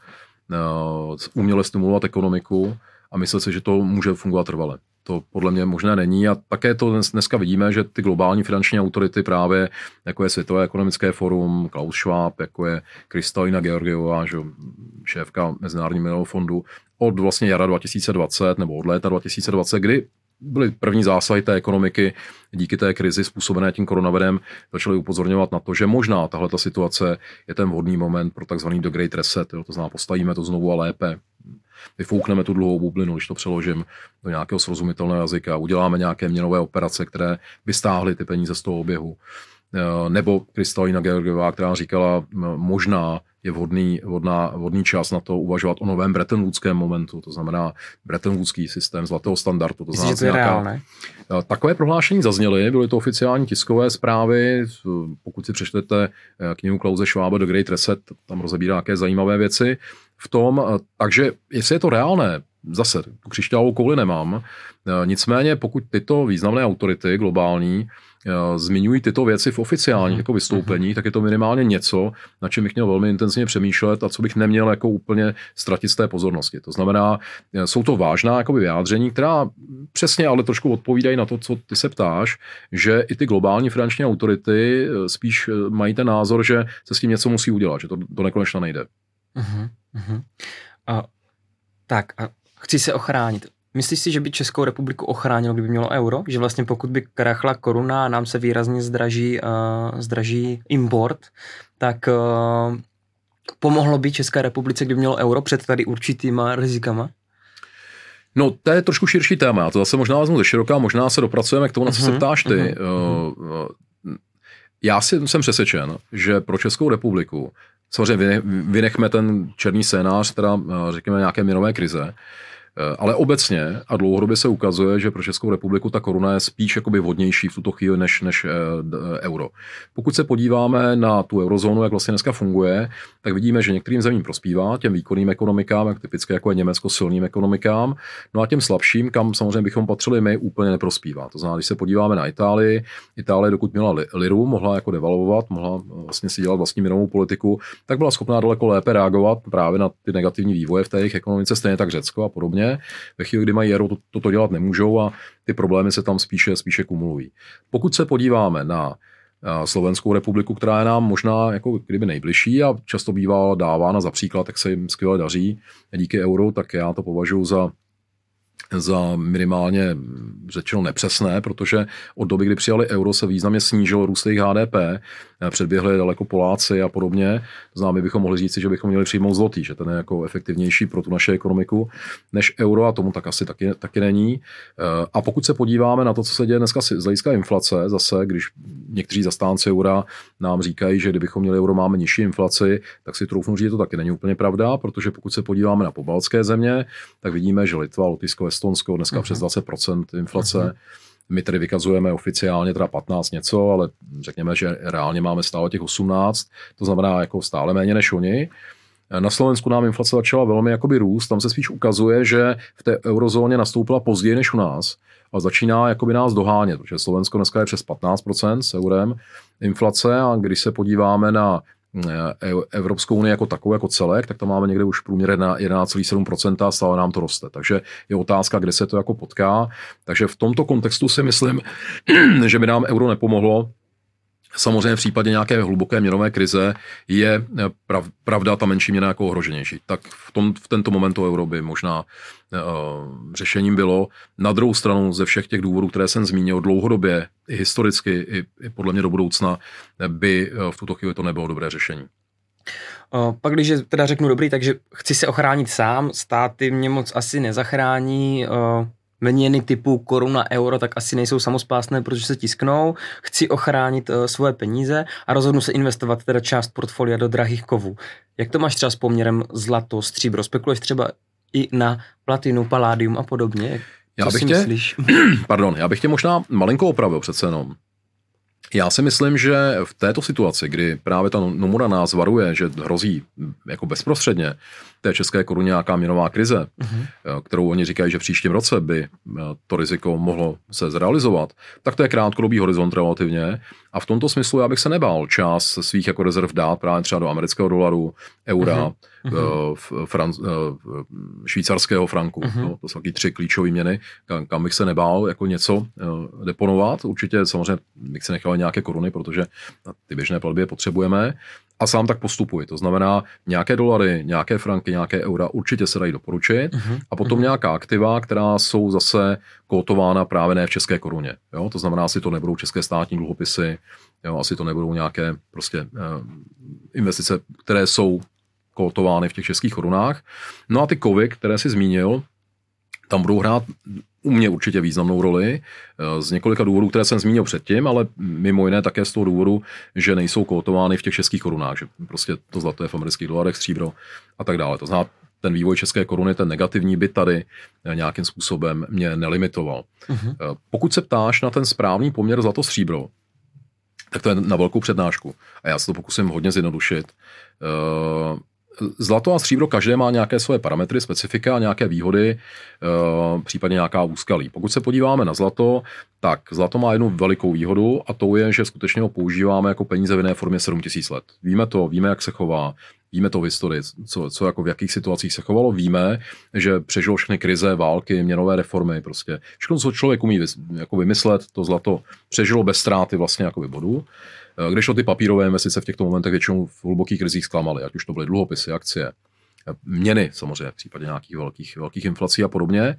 [SPEAKER 1] uměle stimulovat ekonomiku a myslet si, že to může fungovat trvale. To podle mě možné není a také to dneska vidíme, že ty globální finanční autority právě, jako je Světové ekonomické fórum, Klaus Schwab, jako je Kristalina Georgievová, šéfka Mezinárodního měnového fondu, od vlastně jara 2020 nebo od léta 2020, kdy byly první zásahy té ekonomiky díky té krizi způsobené tím koronavirem, začali upozorňovat na to, že možná tahle situace je ten vhodný moment pro takzvaný The Great Reset, jo, to znamená postavíme to znovu a lépe, vyfoukneme tu dluhovou bublinu, když to přeložím do nějakého srozumitelného jazyka, uděláme nějaké měnové operace, které by stáhly ty peníze z toho oběhu. Nebo Kristalina Georgievová, která říkala, možná je vhodný čas na to uvažovat o novém Bretton-Woodském momentu, to znamená Bretton-Woodský systém zlatého standardu.
[SPEAKER 2] To znamená, že to je reálné?
[SPEAKER 1] Takové prohlášení zazněly, byly to oficiální tiskové zprávy, pokud si přečtete knihu Klause Schwaba The Great Reset, tam rozebírá nějaké zajímavé věci v tom, takže jestli je to reálné, zase tu křišťálovou kouli nemám, nicméně pokud tyto významné autority globální zmiňují tyto věci v oficiálních jako vystoupení, tak je to minimálně něco, na čem bych měl velmi intenzivně přemýšlet a co bych neměl jako úplně ztratit z té pozornosti. To znamená, jsou to vážná jakoby vyjádření, která přesně ale trošku odpovídají na to, co ty se ptáš, že i ty globální finanční autority spíš mají ten názor, že se s tím něco musí udělat, že to do nekonečna nejde.
[SPEAKER 2] Tak a chci se ochránit. Myslíš si, že by Českou republiku ochránilo, kdyby mělo euro? Že vlastně pokud by krachla koruna a nám se výrazně zdraží import, tak pomohlo by České republice, kdyby mělo euro před tady určitýma rizikama?
[SPEAKER 1] No, to je trošku širší téma. To zase možná vezmu ze široká, možná se dopracujeme k tomu, na co se ptáš ty. Já jsem přesvědčen, že pro Českou republiku, samozřejmě vynechme ten černý scénář, teda řekněme nějaké měnové krize, ale obecně a dlouhodobě se ukazuje, že pro Českou republiku ta koruna je spíš jakoby vhodnější v tuto chvíli než euro. Pokud se podíváme na tu eurozónu, jak vlastně dneska funguje, tak vidíme, že některým zemím prospívá, těm výkonným ekonomikám, jak typicky jako je Německo, silným ekonomikám, no a těm slabším, kam samozřejmě bychom patřili my, úplně neprospívá. To znamená, když se podíváme na Itálii, dokud měla liru, mohla jako devalvovat, mohla vlastně si dělat vlastní měnovou politiku, tak byla schopná daleko lépe reagovat právě na ty negativní vývoje v té jejich ekonomice, stejně tak Řecko a podobně. Ve chvíli, kdy mají euro, toto dělat nemůžou a ty problémy se tam spíše kumulují. Pokud se podíváme na Slovenskou republiku, která je nám možná jako kdyby nejbližší a často bývá dávána za příklad, jak se jim skvěle daří díky euro, tak já to považuji za za minimálně řečeno nepřesné, protože od doby, kdy přijali euro, se významně snížil růst jejich HDP, předběhli daleko Poláci a podobně. To znamená, my bychom mohli říct, že bychom měli přijmout zlotý, že ten je jako efektivnější pro tu naši ekonomiku než euro a tomu tak asi taky není. A pokud se podíváme na to, co se děje dneska z hlediska inflace, zase, když někteří zastánci eura nám říkají, že kdybychom měli euro, máme nižší inflaci, tak si troufnu říct, že to taky není úplně pravda, protože pokud se podíváme na pobaltské země, tak vidíme, že Litva, Lotyšsko, Estonsko dneska přes 20% inflace. My tedy vykazujeme oficiálně teda 15 něco, ale řekněme, že reálně máme stále těch 18, to znamená jako stále méně než oni. Na Slovensku nám inflace začala velmi jakoby růst, tam se spíš ukazuje, že v té eurozóně nastoupila později než u nás a začíná jakoby nás dohánět, protože Slovensko dneska je přes 15% s eurem inflace a když se podíváme na Evropskou unii jako takovou, jako celek, tak tam máme někde už průměr 11,7% a stále nám to roste. Takže je otázka, kde se to jako potká. Takže v tomto kontextu si myslím, že by nám euro nepomohlo. Samozřejmě v případě nějaké hluboké měnové krize je pravda ta menší měna jako ohroženější. Tak v tento moment to euro by možná řešením bylo. Na druhou stranu ze všech těch důvodů, které jsem zmínil, dlouhodobě, i historicky, i podle mě do budoucna, by v tuto chvíli to nebylo dobré řešení.
[SPEAKER 2] Pak když teda řeknu dobrý, takže chci se ochránit sám, státy mě moc asi nezachrání, měny typu koruna, euro, tak asi nejsou samospásné, protože se tisknou. Chci ochránit svoje peníze a rozhodnu se investovat teda část portfolia do drahých kovů. Jak to máš třeba s poměrem zlato, stříbro? Spekuluješ třeba i na platinu, paládium a podobně? Co si myslíš?
[SPEAKER 1] Já bych tě možná malinko opravil přece jenom. Já si myslím, že v této situaci, kdy právě ta Nomura nás varuje, že hrozí jako bezprostředně té české koruně nějaká měnová krize, kterou oni říkají, že v příštím roce by to riziko mohlo se zrealizovat, tak to je krátkodobý horizont relativně. A v tomto smyslu já bych se nebál část svých jako rezerv dát právě třeba do amerického dolaru, eura, švýcarského franku. To jsou taky 3 klíčové měny, kam bych se nebál jako něco deponovat. Určitě samozřejmě bych se nechal nějaké koruny, protože ty běžné platby potřebujeme. A sám tak postupuji. To znamená, nějaké dolary, nějaké franky, nějaké eura určitě se dají doporučit. A potom nějaká aktiva, která jsou zase kotována právě ne v české koruně. Jo? To znamená, asi to nebudou české státní dluhopisy, jo? Asi to nebudou nějaké prostě investice, které jsou kotovány v těch českých korunách. No a ty kovy, které si zmínil, tam budou hrát u mě určitě významnou roli z několika důvodů, které jsem zmínil předtím, ale mimo jiné také z toho důvodu, že nejsou kotovány v těch českých korunách, že prostě to zlato je v amerických dolarech, stříbro a tak dále. To znamená, ten vývoj české koruny, ten negativní by tady nějakým způsobem mě nelimitoval. Pokud se ptáš na ten správný poměr zlato-stříbro, tak to je na velkou přednášku. A já se to pokusím hodně zjednodušit. Zlato a stříbro každé má nějaké své parametry, specifika, nějaké výhody, případně nějaká úskalí. Pokud se podíváme na zlato, tak zlato má jednu velikou výhodu a to je, že skutečně ho používáme jako peníze v jiné formě 7000 let. Víme, jak se chová, víme to v historii, co jako v jakých situacích se chovalo, víme, že přežilo všechny krize, války, měnové reformy, prostě všechno, co člověk umí jako vymyslet, to zlato přežilo bez ztráty vlastně jako bodu. Kdežto ty papírové investice v těchto momentech většinou v hlubokých krizích zklamaly, ať už to byly dluhopisy, akcie, měny samozřejmě v případě nějakých velkých inflací a podobně.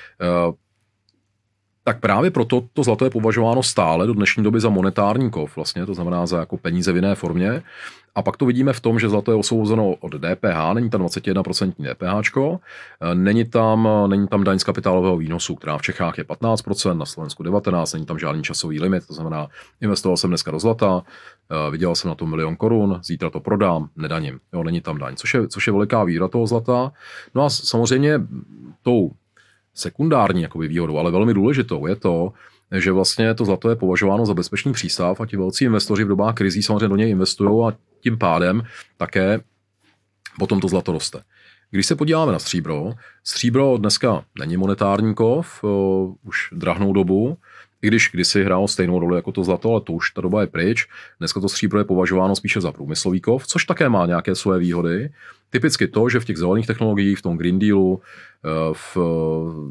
[SPEAKER 1] Tak právě proto to zlato je považováno stále do dnešní doby za monetární kov, vlastně, to znamená za jako peníze v jiné formě. A pak to vidíme v tom, že zlato je osvobozeno od DPH, není tam 21% DPH, není tam daň z kapitálového výnosu, která v Čechách je 15%, na Slovensku 19%, není tam žádný časový limit, to znamená, investoval jsem dneska do zlata, vydělal jsem na to 1 000 000 korun, zítra to prodám, nedaním, jo, není tam daň, což je veliká výhoda toho zlata. No a samozřejmě tou sekundární jakoby výhodou, ale velmi důležitou je to, že vlastně to zlato je považováno za bezpečný přístav a ti velcí investoři v dobách krizí samozřejmě do něj investují a tím pádem také potom to zlato roste. Když se podíváme na stříbro dneska není monetární kov, už drahnou dobu, i když kdysi hrálo stejnou roli jako to zlato, ale to už ta doba je pryč. Dneska to stříbro je považováno spíše za průmyslový kov, což také má nějaké své výhody. Typicky to, že v těch zelených technologiích, v tom Green Dealu, v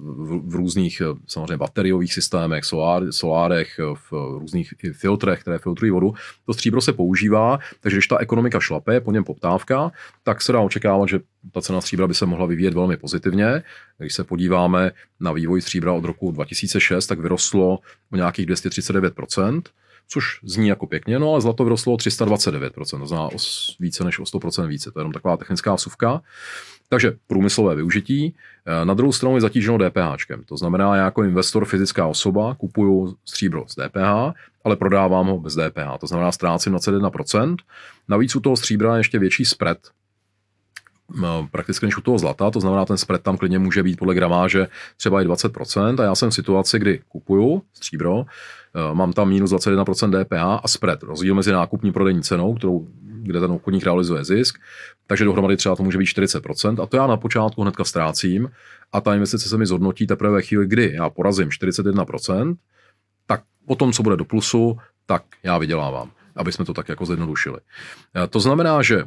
[SPEAKER 1] v různých samozřejmě bateriových systémech, solárech, v různých filtrech, které filtrují vodu. To stříbro se používá, takže když ta ekonomika šlape, po něm poptávka, tak se dá očekávat, že ta cena stříbra by se mohla vyvíjet velmi pozitivně. Když se podíváme na vývoj stříbra od roku 2006, tak vyrostlo o nějakých 239%, což zní jako pěkně, no ale zlato vyrostlo o 329%, to znamená více než o 100% více. To je jenom taková technická vsuvka. Takže průmyslové využití. Na druhou stranu je zatíženo DPHčkem. To znamená, já jako investor, fyzická osoba, kupuju stříbro s DPH, ale prodávám ho bez DPH. To znamená, ztrácím 21%. Navíc u toho stříbra je ještě větší spread, prakticky než u toho zlata, to znamená, ten spread tam klidně může být podle gramáže třeba i 20%, a já jsem v situaci, kdy kupuju stříbro, mám tam minus 21% DPH a spread, rozdíl mezi nákupní prodejní cenou, kde ten obchodník realizuje zisk, takže dohromady třeba to může být 40%, a to já na počátku hnedka ztrácím a ta investice se mi zhodnotí teprve ve chvíli, kdy já porazím 41%, tak potom, co bude do plusu, tak já vydělávám, aby jsme to tak jako zjednodušili. To znamená, že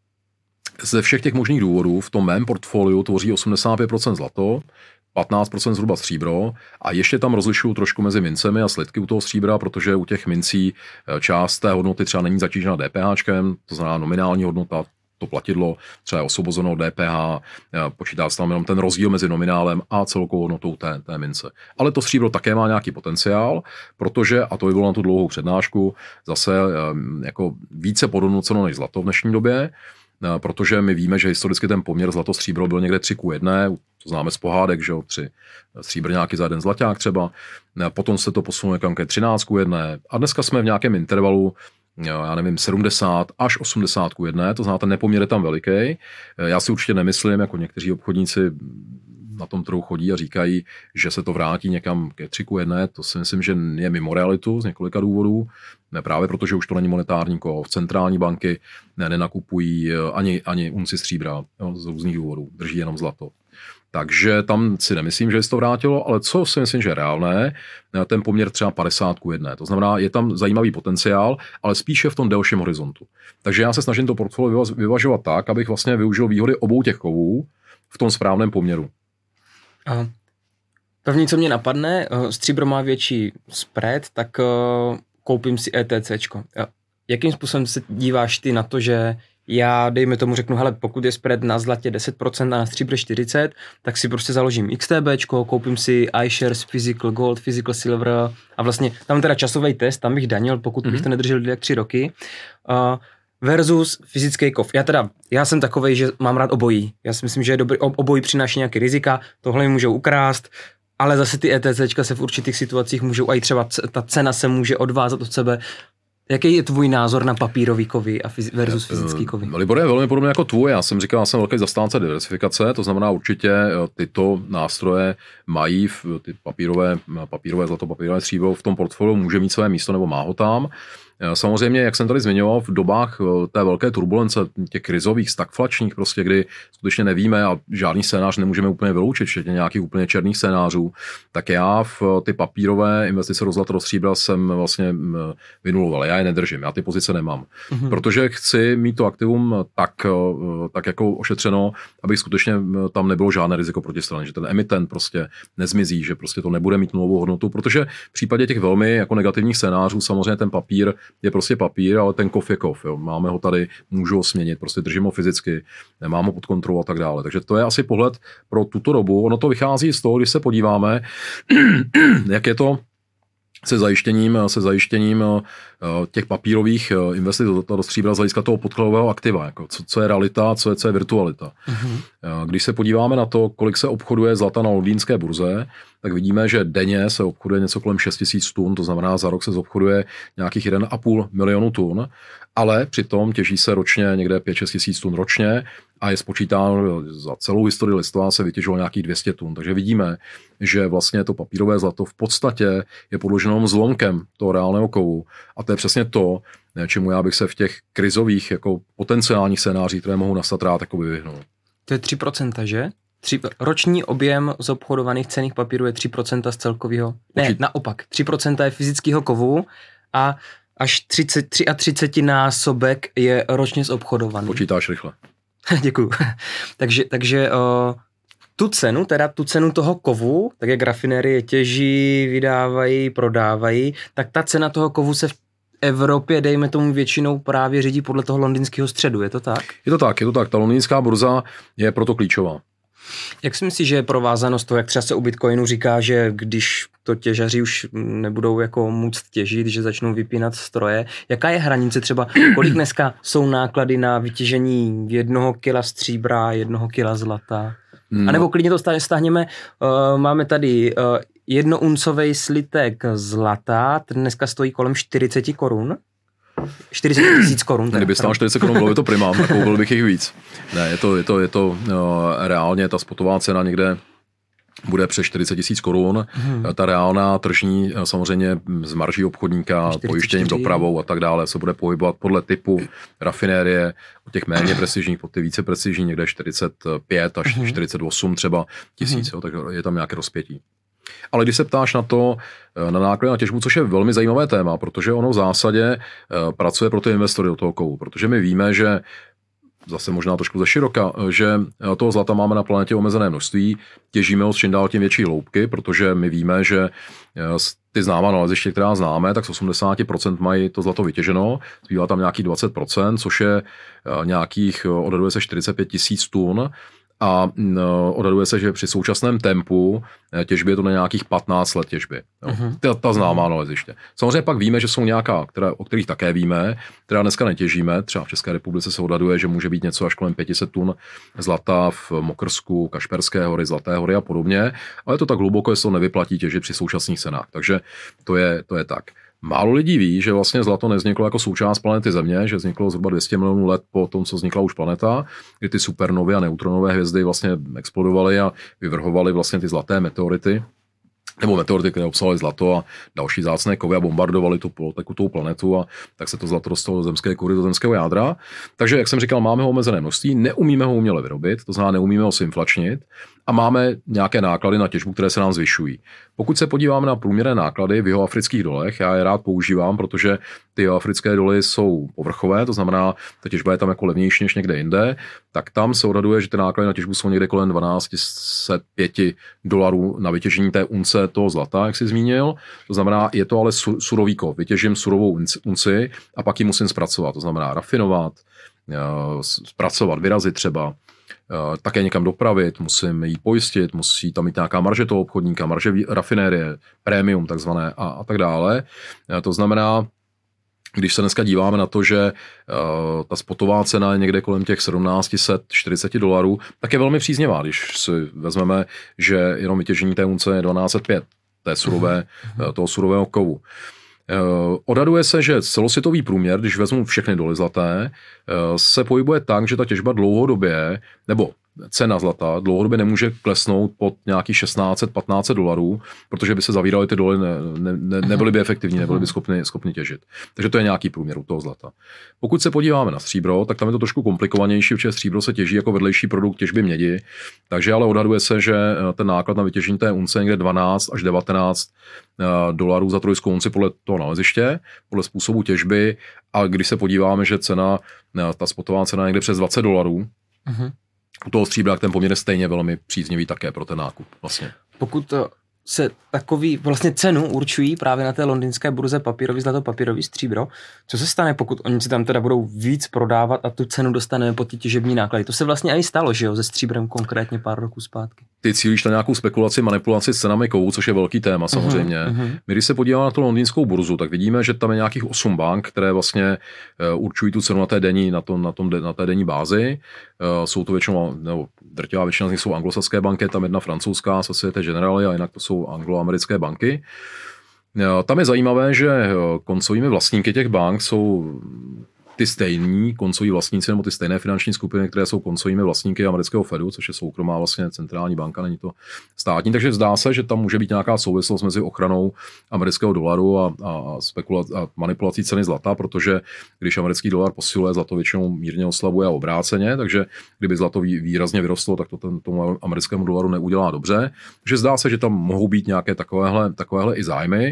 [SPEAKER 1] ze všech těch možných důvodů v tom mém portfoliu tvoří 85% zlato, 15% zhruba stříbro a ještě tam rozlišuju trošku mezi mincemi a slitky u toho stříbra, protože u těch mincí část té hodnoty třeba není zatížena DPHčkem, to znamená nominální hodnota, to platidlo třeba je osvobozeno DPH, počítá se tam jenom ten rozdíl mezi nominálem a celkovou hodnotou té mince. Ale to stříbro také má nějaký potenciál, protože, a to by bylo na tu dlouhou přednášku, zase jako více podhodnoceno než zlato v dnešní době, protože my víme, že historicky ten poměr zlato-stříbro byl někde 3:1, to známe z pohádek, že jo, 3 stříbrňáky za 1 zlaťák třeba, potom se to posunulo někam ke 13:1 a dneska jsme v nějakém intervalu, já nevím, 70 až 80:1, to znamená, ten nepoměr je tam veliký. Já si určitě nemyslím, jako někteří obchodníci na tom trhu chodí a říkají, že se to vrátí někam ke 3:1, to si myslím, že je mimo realitu z několika důvodů. Právě protože už to není monetární kolo. Centrální banky nenakupují ani unci stříbra, jo, z různých důvodů, drží jenom zlato. Takže tam si nemyslím, že se to vrátilo, ale co si myslím, že je reálné, ten poměr třeba 50:1. To znamená, je tam zajímavý potenciál, ale spíše v tom delším horizontu. Takže já se snažím to portfolio vyvažovat tak, abych vlastně využil výhody obou těch kovů v tom správném poměru.
[SPEAKER 2] Aha. První, co mě napadne, stříbro má větší spread, tak koupím si ETCčko. Jakým způsobem se díváš ty na to, že já, dejme tomu, řeknu, hele, pokud je spread na zlatě 10% a na stříbře 40%, tak si prostě založím XTBčko, koupím si iShares, Physical Gold, Physical Silver a vlastně tam teda časový test, tam bych danil, pokud bych to nedržel jak 3 roky. Versus fyzický kov. Já jsem takovej, že mám rád obojí. Já si myslím, že je dobrý, obojí přináší nějaké rizika, tohle mi můžou ukrást, ale zase ty ETCčka se v určitých situacích můžou, a i třeba ta cena se může odvázat od sebe. Jaký je tvůj názor na papírový kovy versus fyzický kovy?
[SPEAKER 1] Libor je velmi podobný jako tvůj. Já jsem říkal, já jsem velký zastánce diversifikace, to znamená určitě tyto nástroje mají, ty papírové zlato, papírové stříbro v tom portfoliu může mít své místo nebo má ho tam. Samozřejmě, jak jsem tady zmiňoval, v dobách té velké turbulence, těch krizových, stagflačních, prostě, kdy skutečně nevíme a žádný scénář nemůžeme úplně vyloučit, včetně nějakých úplně černých scénářů, tak já v ty papírové investice do zlata, do stříbra jsem vlastně vynuloval. Já je nedržím, já ty pozice nemám. Protože chci mít to aktivum tak jako ošetřeno, aby skutečně tam nebylo žádné riziko protistrany, že ten emitent prostě nezmizí, že prostě to nebude mít nulovou hodnotu, protože v případě těch velmi jako negativních scénářů samozřejmě ten papír je prostě papír, ale ten kov je kov. Jo. Máme ho tady, můžu ho směnit, prostě držím ho fyzicky, nemám ho pod kontrolou a tak dále. Takže to je asi pohled pro tuto dobu. Ono to vychází z toho, když se podíváme, jak je to se zajištěním těch papírových investic do stříbra z hlediska toho podkladového aktiva, jako co je realita, co je virtualita. Když se podíváme na to, kolik se obchoduje zlata na londýnské burze, tak vidíme, že denně se obchoduje něco kolem 6 000 tun, to znamená za rok se obchoduje nějakých 1,5 milionu tun, ale přitom těží se ročně někde 5-6 000 tun ročně a je spočítáno, za celou historii lidstva se vytěžilo nějakých 200 tun. Takže vidíme, že vlastně to papírové zlato v podstatě je podloženo zlomkem toho reálného kovu. A to je přesně to, čemu já bych se v těch krizových jako potenciálních scénářích, které mohou nastat, rád jako vyvihnul.
[SPEAKER 2] To je 3%, že? Roční objem z obchodovaných cenných papírů je 3% z celkového. Ne, naopak. 3% je fyzického kovu a až 33 násobek je ročně zobchodovaný.
[SPEAKER 1] Počítáš rychle.
[SPEAKER 2] Děkuju. takže tu cenu toho kovu, tak jak rafinérie těží, vydávají, prodávají, tak ta cena toho kovu se v Evropě, dejme tomu, většinou právě řídí podle toho londýnského středu, je to tak?
[SPEAKER 1] Je to tak. Ta londýnská burza je proto klíčová.
[SPEAKER 2] Jak si myslíš, že je provázanost toho, jak třeba se u Bitcoinu říká, že když to těžaři už nebudou jako moct těžit, že začnou vypínat stroje, jaká je hranice třeba, kolik dneska jsou náklady na vytěžení 1 kila stříbra, 1 kila zlata? A nebo klidně to stáhněme, máme tady 1-uncovej slitek zlata, ten dneska stojí kolem 40 korun. 40 000 korun.
[SPEAKER 1] Kdyby stál 40 korun, bylo by to primám, koupil bych jich víc. Ne, je to reálně, ta spotová cena někde bude přes 40 000 korun. Ta reálná tržní samozřejmě z marží obchodníka, pojištěním, dopravou a tak dále se bude pohybovat podle typu rafinérie, od těch méně prestižních po ty více prestižní, někde 45 až 48 třeba tisíc, tak je tam nějaké rozpětí. Ale když se ptáš na náklady na těžbu, což je velmi zajímavé téma, protože ono v zásadě pracuje pro ty investory do toho kovu, protože my víme, že zase možná trošku ze široka, že toho zlata máme na planetě omezené množství, těžíme ho s čím dál tím větší hloubky, protože my víme, že ty známá naleziště, která známe, tak z 80% mají to zlato vytěženo, zbývá tam nějakých 20%, což je nějakých, odhaduje se 45 000 tun, a odhaduje se, že při současném tempu těžby je to na nějakých 15 let těžby. Ta známá naleziště. Samozřejmě pak víme, že jsou nějaká, o kterých také víme, která dneska netěžíme. Třeba v České republice se odhaduje, že může být něco až kolem 500 tun zlata v Mokrsku, Kašperské hory, Zlaté hory a podobně. Ale to tak hluboko, že se to nevyplatí těžit při současných cenách. Takže to je tak. Málo lidí ví, že vlastně zlato nevzniklo jako součást planety Země, že vzniklo zhruba 200 milionů let po tom, co vznikla už planeta, kdy ty supernovy a neutronové hvězdy vlastně explodovaly a vyvrhovaly vlastně ty zlaté meteority, nebo meteority, které obsahovaly zlato a další vzácné kovy a bombardovaly tu polotekutou planetu a tak se to zlato dostalo do zemské kory, do zemského jádra. Takže, jak jsem říkal, máme ho omezené množství, neumíme ho uměle vyrobit, to znamená, neumíme ho inflačnit a máme nějaké náklady na těžbu, které se nám zvyšují. Pokud se podíváme na průměrné náklady v jihoafrických dolech, já je rád používám, protože ty jihoafrické doly jsou povrchové, to znamená, ta těžba je tam jako levnější než někde jinde, tak tam se odhaduje, že ty náklady na těžbu jsou někde kolem $1205 na vytěžení té unce toho zlata, jak jsi zmínil. To znamená, je to ale surový kov. Vytěžím surovou unci a pak ji musím zpracovat. To znamená rafinovat, zpracovat, vyrazit třeba, také někam dopravit, musím ji pojistit, musí tam mít nějaká marže toho obchodníka, marže rafinérie, prémium takzvané a tak dále. To znamená, když se dneska díváme na to, že ta spotová cena je někde kolem těch $1740, tak je velmi příznivá, když si vezmeme, že jenom vytěžení té unce je 1205, toho surového kovu. Odhaduje se, že celosvětový průměr, když vezmu všechny doly zlaté, se pohybuje tak, že ta těžba dlouhodobě, nebo cena zlata dlouhodobě nemůže klesnout pod nějakých $1600-1500, protože by se zavíraly ty doly, nebyly by efektivní, nebyly by schopni těžit. Takže to je nějaký průměr u toho zlata. Pokud se podíváme na stříbro, tak tam je to trošku komplikovanější, protože stříbro se těží jako vedlejší produkt těžby mědi, takže ale odhaduje se, že ten náklad na vytěžení té unce je někde $12 až $19 za trojskou unci podle toho naleziště, podle způsobu těžby, a když se podíváme, že ta spotová cena je někde přes $20, u toho stříbra ten poměr je stejně velmi příznivý také pro ten nákup. Vlastně.
[SPEAKER 2] Pokud se takový vlastně cenu určují právě na té londýnské burze papírový zlato, papírový stříbro, co se stane, pokud oni si tam teda budou víc prodávat a tu cenu dostaneme pod ty těžební náklady? To se vlastně i stalo, že jo, se stříbrem konkrétně pár roků zpátky.
[SPEAKER 1] Ty cílíš na nějakou spekulaci, manipulaci s cenami kovů, což je velký téma samozřejmě. My když se podíváme na tu londýnskou burzu, tak vidíme, že tam je nějakých 8 bank, které vlastně určují tu cenu na té denní bázi. Jsou to většinou, nebo drtivá většina z nich jsou anglosaské banky, tam jedna francouzská, Société Générale, a jinak to jsou angloamerické banky. Tam je zajímavé, že koncovými vlastníky těch bank jsou ty stejní koncoví vlastníci nebo ty stejné finanční skupiny, které jsou koncovými vlastníky amerického Fedu, což je soukromá vlastně centrální banka, není to státní. Takže zdá se, že tam může být nějaká souvislost mezi ochranou amerického dolaru a manipulací ceny zlata, protože když americký dolar posiluje, zlato většinou mírně oslabuje a obráceně, takže kdyby zlato výrazně vyrostlo, tak to tomu americkému dolaru neudělá dobře. Takže zdá se, že tam mohou být nějaké takovéhle i zájmy.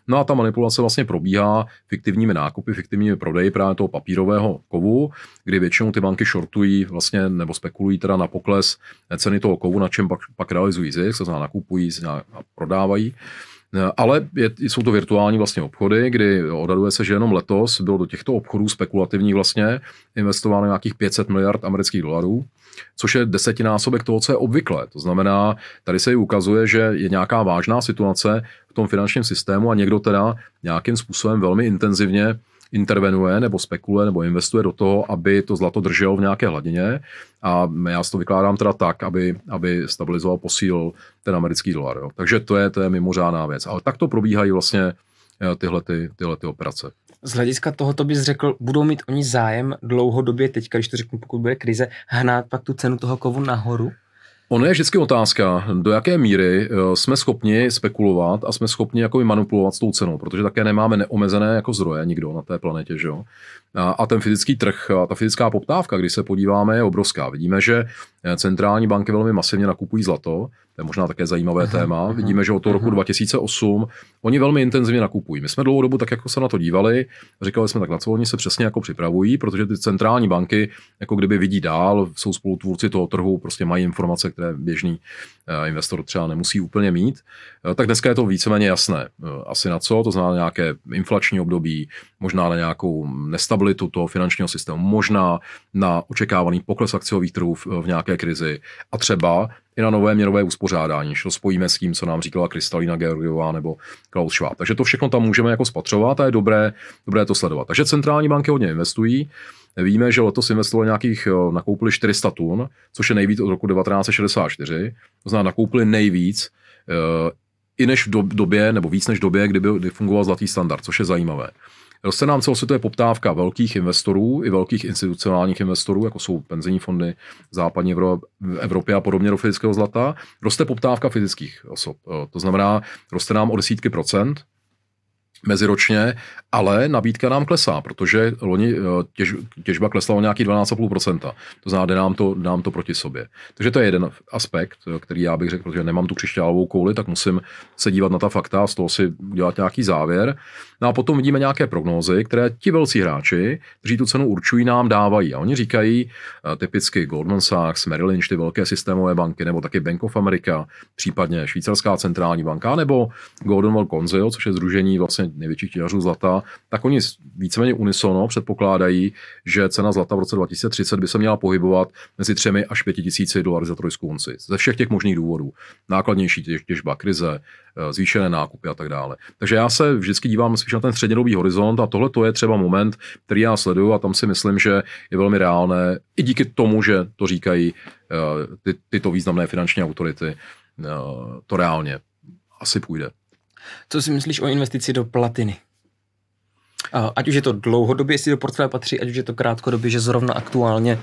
[SPEAKER 1] No a ta manipulace vlastně probíhá fiktivními nákupy, fiktivními prodeji právě toho papírového kovu, kdy většinou ty banky shortují vlastně nebo spekulují teda na pokles ceny toho kovu, na čem pak realizují zisk, to znamená nakupují a prodávají. Ale jsou to virtuální vlastně obchody, kdy odhaduje se, že jenom letos bylo do těchto obchodů spekulativních vlastně investováno nějakých 500 miliard amerických dolarů, což je 10násobek toho, co je obvyklé. To znamená, tady se ukazuje, že je nějaká vážná situace v tom finančním systému a někdo teda nějakým způsobem velmi intenzivně intervenuje nebo spekuluje nebo investuje do toho, aby to zlato drželo v nějaké hladině a já si to vykládám teda tak, aby stabilizoval, posílil ten americký dolar. Jo. Takže to je mimořádná věc. Ale tak to probíhají vlastně tyhle operace.
[SPEAKER 2] Z hlediska tohoto bys řekl, budou mít oni zájem dlouhodobě teďka, když to řeknu, pokud bude krize, hnát pak tu cenu toho kovu nahoru?
[SPEAKER 1] Ono je vždycky otázka, do jaké míry jsme schopni spekulovat a jsme schopni jako manipulovat s tou cenou, protože také nemáme neomezené jako zdroje nikdo na té planetě, že jo. A ten fyzický trh, ta fyzická poptávka, když se podíváme, je obrovská. Vidíme, že centrální banky velmi masivně nakupují zlato, to je možná také zajímavé téma. Vidíme, že od toho roku 2008 oni velmi intenzivně nakupují. My jsme dlouhou dobu tak jako se na to dívali, říkali jsme tak, na co oni se přesně jako připravují, protože ty centrální banky jako kdyby vidí dál, jsou spolutvůrci toho trhu, prostě mají informace, které běžný investor třeba nemusí úplně mít. Tak dneska je to víceméně jasné. Asi na co, to znamená nějaké inflační období, možná na nějakou nestabilitu toho finančního systému, možná na očekávaný pokles akciových trhů v nějaké krizi a třeba i na nové měnové uspořádání, když to spojíme s tím, co nám říkala Kristalina Georgiová nebo Klaus Schwab. Takže to všechno tam můžeme jako spatřovat a je dobré to sledovat. Takže centrální banky hodně investují. Víme, že letos investovali nakoupili 400 tun, což je nejvíc od roku 1964. To znamená, nakoupili nejvíc i než v době, nebo víc než v době, kdy fungoval zlatý standard, což je zajímavé. Roste nám celosvětově poptávka velkých investorů i velkých institucionálních investorů, jako jsou penzijní fondy v západní Evropě a podobně do fyzického zlata. Roste poptávka fyzických osob. To znamená, roste nám o desítky procent meziročně, ale nabídka nám klesá, protože loni těžba klesla o nějaký 12,5%. To znamená, jde nám to proti sobě. Takže to je jeden aspekt, který já bych řekl, protože nemám tu křišťálovou kouli, tak musím se dívat na ta fakta, z toho si udělat nějaký závěr. No a potom vidíme nějaké prognózy, které ti velcí hráči, kteří tu cenu určují, nám dávají. A oni říkají typicky Goldman Sachs, Merrill Lynch, ty velké systémové banky, nebo taky Bank of America, případně švýcarská centrální banka, nebo Gordon Well Consil, což je sdružení vlastně největších těžařů zlata, tak oni víceméně unisono předpokládají, že cena zlata v roce 2030 by se měla pohybovat mezi 3 až 5 tisíci dolarů za trojskou unci. Ze všech těch možných důvodů. Nákladnější těžba, krize, zvýšené nákupy a tak dále. Takže já se vždycky dívám spíš na ten střednědobý horizont a tohle to je třeba moment, který já sleduju a tam si myslím, že je velmi reálné, i díky tomu, že to říkají tyto významné finanční autority, to reálně asi půjde.
[SPEAKER 2] Co si myslíš o investici do platiny? Ať už je to dlouhodobě, jestli do portfeje patří, ať už je to krátkodobě, že zrovna aktuálně.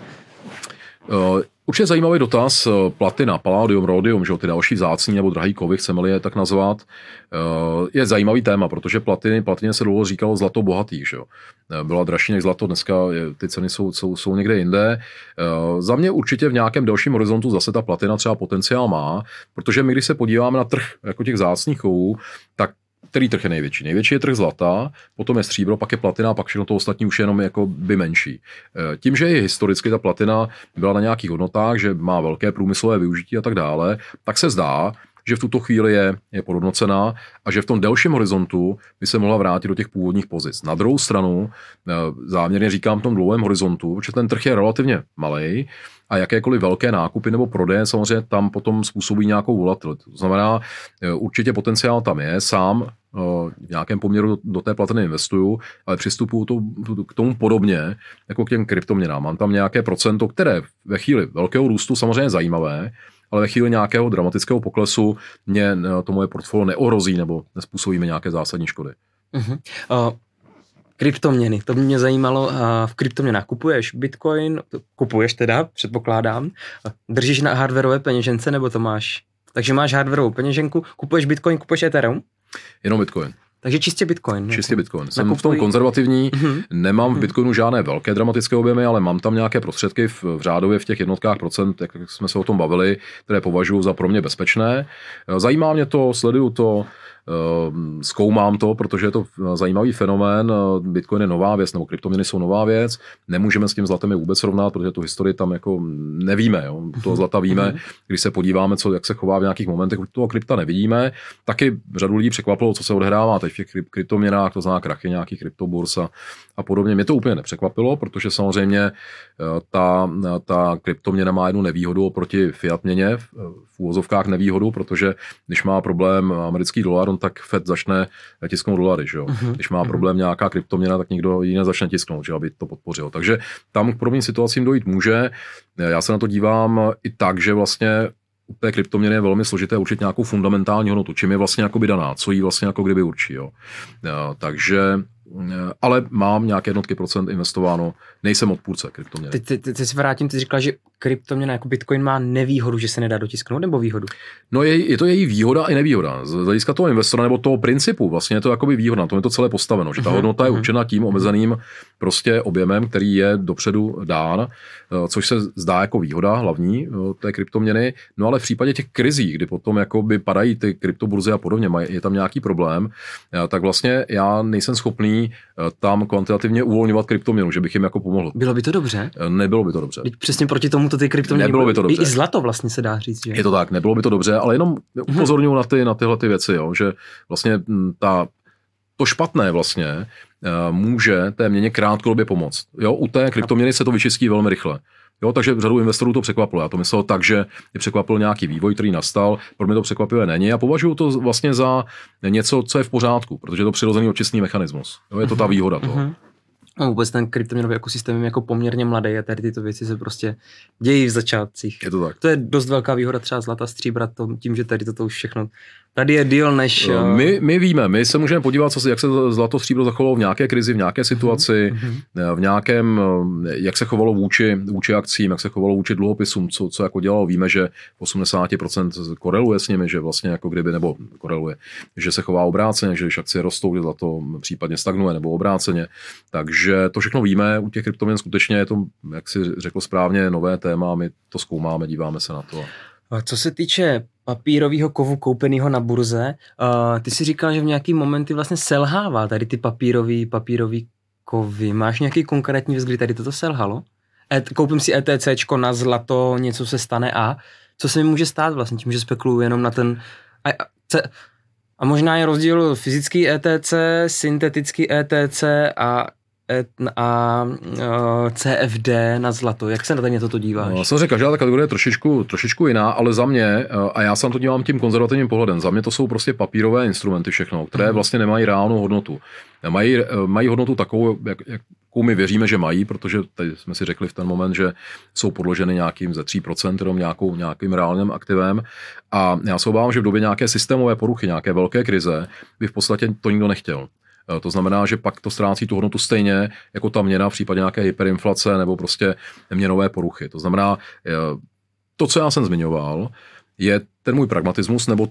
[SPEAKER 1] Určitě zajímavý dotaz. Platina, palladium, rhodium, že ty další vzácný nebo drahý kovy, chceme-li je tak nazvat, je zajímavý téma, protože platině se dlouho říkalo zlato bohatý, že jo. Byla dražší než zlato, dneska ty ceny jsou někde jinde. Za mě určitě v nějakém delším horizontu zase ta platina třeba potenciál má, protože my, když se podíváme na trh jako těch vzácných kovů, tak který trh je největší? Největší je trh zlata, potom je stříbro, pak je platina, a pak všechno to ostatní už je jenom jako by menší. Tím, že je historicky ta platina byla na nějakých hodnotách, že má velké průmyslové využití a tak dále, tak se zdá, že v tuto chvíli je podhodnocená a že v tom delším horizontu by se mohla vrátit do těch původních pozic. Na druhou stranu, záměrně říkám v tom dlouhém horizontu, protože ten trh je relativně malej a jakékoliv velké nákupy nebo prodeje samozřejmě tam potom způsobí nějakou volatilitu. To znamená, určitě potenciál tam je, sám v nějakém poměru do té platiny investuju, ale přistupuju k tomu podobně, jako k těm kryptoměnám. Mám tam nějaké procento, které ve chvíli velkého růstu samozřejmě zajímavé, ale ve chvíli nějakého dramatického poklesu mě to moje portfolio neohrozí nebo nespůsobíme nějaké zásadní škody.
[SPEAKER 2] Kryptoměny, to by mě zajímalo. V kryptoměnách kupuješ Bitcoin, předpokládám. Držíš na hardwareové peněžence, nebo to máš? Takže máš hardwareovou peněženku, kupuješ Bitcoin, kupuješ Ethereum?
[SPEAKER 1] Jenom Bitcoin.
[SPEAKER 2] Takže čistě Bitcoin.
[SPEAKER 1] Čistě Bitcoin. Jsem v tom konzervativní, nemám v Bitcoinu žádné velké dramatické objemy, ale mám tam nějaké prostředky v řádově v těch jednotkách procent, jak jsme se o tom bavili, které považuji za pro mě bezpečné. Zajímá mě to, sleduju to, zkoumám to, protože je to zajímavý fenomén, Bitcoin je nová věc, nebo kryptoměny jsou nová věc, nemůžeme s tím zlatem je vůbec srovnat, protože tu historii tam jako nevíme, jo. Toho zlata víme, když se podíváme, jak se chová v nějakých momentech, u toho krypta nevidíme, taky řadu lidí překvapilo, co se odehrává teď v těch kryptoměnách, to znamená krachy nějakých kryptoburs a podobně. Mě to úplně nepřekvapilo, protože samozřejmě ta kryptoměna má jednu nevýhodu oproti fiat měně, v úvozovkách nevýhodu, protože když má problém americký dolar, tak Fed začne tisknout dolary, že jo. Když má problém nějaká kryptoměna, tak nikdo jiný začne tisknout, že, aby to podpořil. Takže tam k podobným situacím dojít může. Já se na to dívám i tak, že vlastně u té kryptoměny je velmi složité určit nějakou fundamentální hodnotu, čím je vlastně jakoby daná, co jí vlastně jako kdyby určí. Jo. Takže ale mám nějaké jednotky procent investováno, nejsem odpůrce kryptoměny.
[SPEAKER 2] Teď si vrátím, ty říkal, že kryptoměna jako Bitcoin má nevýhodu, že se nedá dotisknout, nebo výhodu?
[SPEAKER 1] No je to její výhoda i nevýhoda. Z hlediska toho investora nebo toho principu vlastně je to jakoby výhoda, na tom je to celé postaveno, že ta hodnota je určena tím omezeným prostě objemem, který je dopředu dán, což se zdá jako výhoda hlavní té kryptoměny, no ale v případě těch krizí, kdy potom jakoby padají ty kryptoburzy a podobně, je tam nějaký problém, tak vlastně já nejsem schopný tam kvantitativně uvolňovat kryptoměnu, že bych jim jako pomohl.
[SPEAKER 2] Bylo by to dobře?
[SPEAKER 1] Nebylo by to dobře.
[SPEAKER 2] Přesně proti tomu ty kryptoměny.
[SPEAKER 1] Nebylo by to dobře.
[SPEAKER 2] I zlato vlastně se dá říct, že?
[SPEAKER 1] Je to tak, nebylo by to dobře, ale jenom upozorňuji na tyhle ty věci, jo, že vlastně to špatné vlastně může té měně krátkodobě pomoct. Jo, u té kryptoměny se to vyčistí velmi rychle. Jo, takže řadu investorů to překvapilo. Já to myslel tak, že mě překvapil nějaký vývoj, který nastal, pro mě to překvapivé není a považuji to vlastně za něco, co je v pořádku, protože je to přirozený očistný mechanismus. Jo, je to ta výhoda toho.
[SPEAKER 2] No, vůbec ten kryptoměnový ekosystém je jako poměrně mladý a tady tyto věci se prostě dějí v začátcích.
[SPEAKER 1] Je to tak.
[SPEAKER 2] To je dost velká výhoda třeba zlata, stříbra, tím, že tady toto už všechno. Tady je deal než...
[SPEAKER 1] My víme, my se můžeme podívat, jak se zlato stříbro zachovalo v nějaké krizi, v nějaké situaci, v nějakém, jak se chovalo vůči akcím, jak se chovalo vůči dluhopisům, co jako dělalo. Víme, že 80% koreluje s nimi, že vlastně jako kdyby, nebo koreluje, že se chová obráceně, že když akcie rostou, že zlato případně stagnuje, nebo obráceně. Takže to všechno víme, u těch kryptoměn skutečně je to, jak si řekl správně, nové téma, my to zkoumáme, díváme se na to.
[SPEAKER 2] Co se týče papírového kovu koupeného na burze, ty si říkal, že v nějaký momenty vlastně selhává tady ty papírový kovy. Máš nějaký konkrétní věc, kdy tady toto selhalo? Koupím si ETCčko na zlato, něco se stane a co se mi může stát vlastně tím, že spekuluju jenom na ten... A možná je rozdíl fyzický ETC, syntetický ETC a CFD na zlato. Jak se na tady toto díváš?
[SPEAKER 1] No, samozřejmě každá ta kategorie je trošičku jiná, ale za mě, a já se na to dívám tím konzervativním pohledem, za mě to jsou prostě papírové instrumenty všechno, které vlastně nemají reálnou hodnotu. Mají hodnotu takovou, jakou my věříme, že mají, protože tady jsme si řekli v ten moment, že jsou podloženy nějakým ze 3%, jenom nějakým reálným aktivem. A já se obávám, že v době nějaké systémové poruchy, nějaké velké krize, by v podstatě to nikdo nechtěl. To znamená, že pak to ztrácí tu hodnotu stejně jako ta měna v případě nějaké hyperinflace nebo prostě měnové poruchy. To znamená, to, co já jsem zmiňoval, je ten můj pragmatismus nebo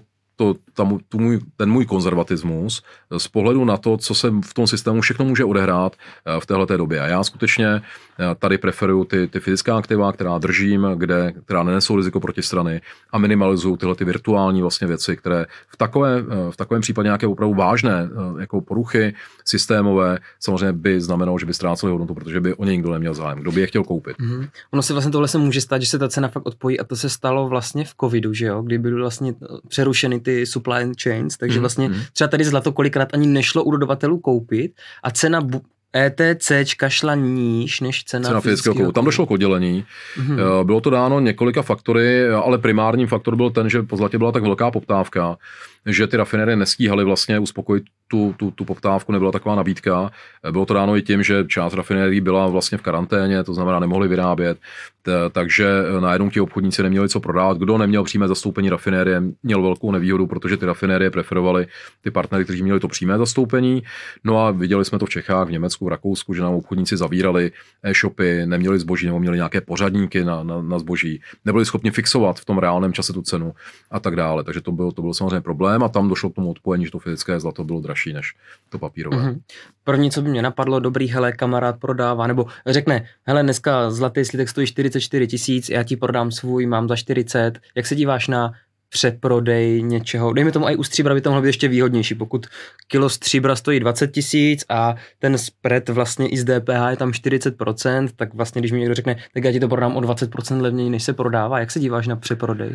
[SPEAKER 1] ten můj konzervatismus z pohledu na to, co se v tom systému všechno může odehrát v téhleté době. A já skutečně tady preferuju ty fyzická aktiva, která držím, která nenesou riziko protistrany a minimalizují tyhle ty virtuální vlastně věci, které v takovém případě nějaké opravdu vážné jako poruchy systémové samozřejmě by znamenalo, že by ztráceli hodnotu, protože by o ně nikdo neměl zájem. Kdo by je chtěl koupit.
[SPEAKER 2] Ono se vlastně tohle se může stát, že se ta cena fakt odpojí a to se stalo vlastně v covidu, že jo, kdy byly vlastně přerušeny ty supply chains, takže vlastně třeba tady zlato kolikrát ani nešlo u dodavatelů koupit a cena ETCčka šla níž než cena fyzického kovu.
[SPEAKER 1] Tam došlo k oddělení. Bylo to dáno několika faktory, ale primárním faktor byl ten, že po zlatě byla tak velká poptávka, že ty rafinerie nestíhaly vlastně uspokojit tu poptávku, nebyla taková nabídka. Bylo to dáno i tím, že část rafinerií byla vlastně v karanténě, to znamená nemohli vyrábět, takže najednou ti obchodníci neměli co prodávat. Kdo neměl přímé zastoupení rafinerie, měl velkou nevýhodu, protože ty rafinerie preferovaly ty partnery, kteří měli to přímé zastoupení. No a viděli jsme to v Čechách, v Německu, v Rakousku, že nám obchodníci zavírali e-shopy, neměli zboží nebo měli nějaké pořadníky na zboží, nebyli schopni fixovat v tom reálném čase tu cenu a tak dále. Takže to byl samozřejmě problém a tam došlo k tomu odpojení, že to fyzické zlato bylo dražší než to papírové.
[SPEAKER 2] První, co by mě napadlo, dobrý, hele, kamarád prodává, nebo řekne, hele, dneska zlatý slitek stojí 44 000, já ti prodám svůj, mám za 40. Jak se díváš na přeprodej něčeho. Dejme tomu, i u stříbra by to mohlo být ještě výhodnější, pokud kilo stříbra stojí 20 000 a ten spread vlastně i z DPH je tam 40%, tak vlastně když mi někdo řekne, tak já ti to prodám o 20% levněji, než se prodává. Jak se díváš na přeprodej?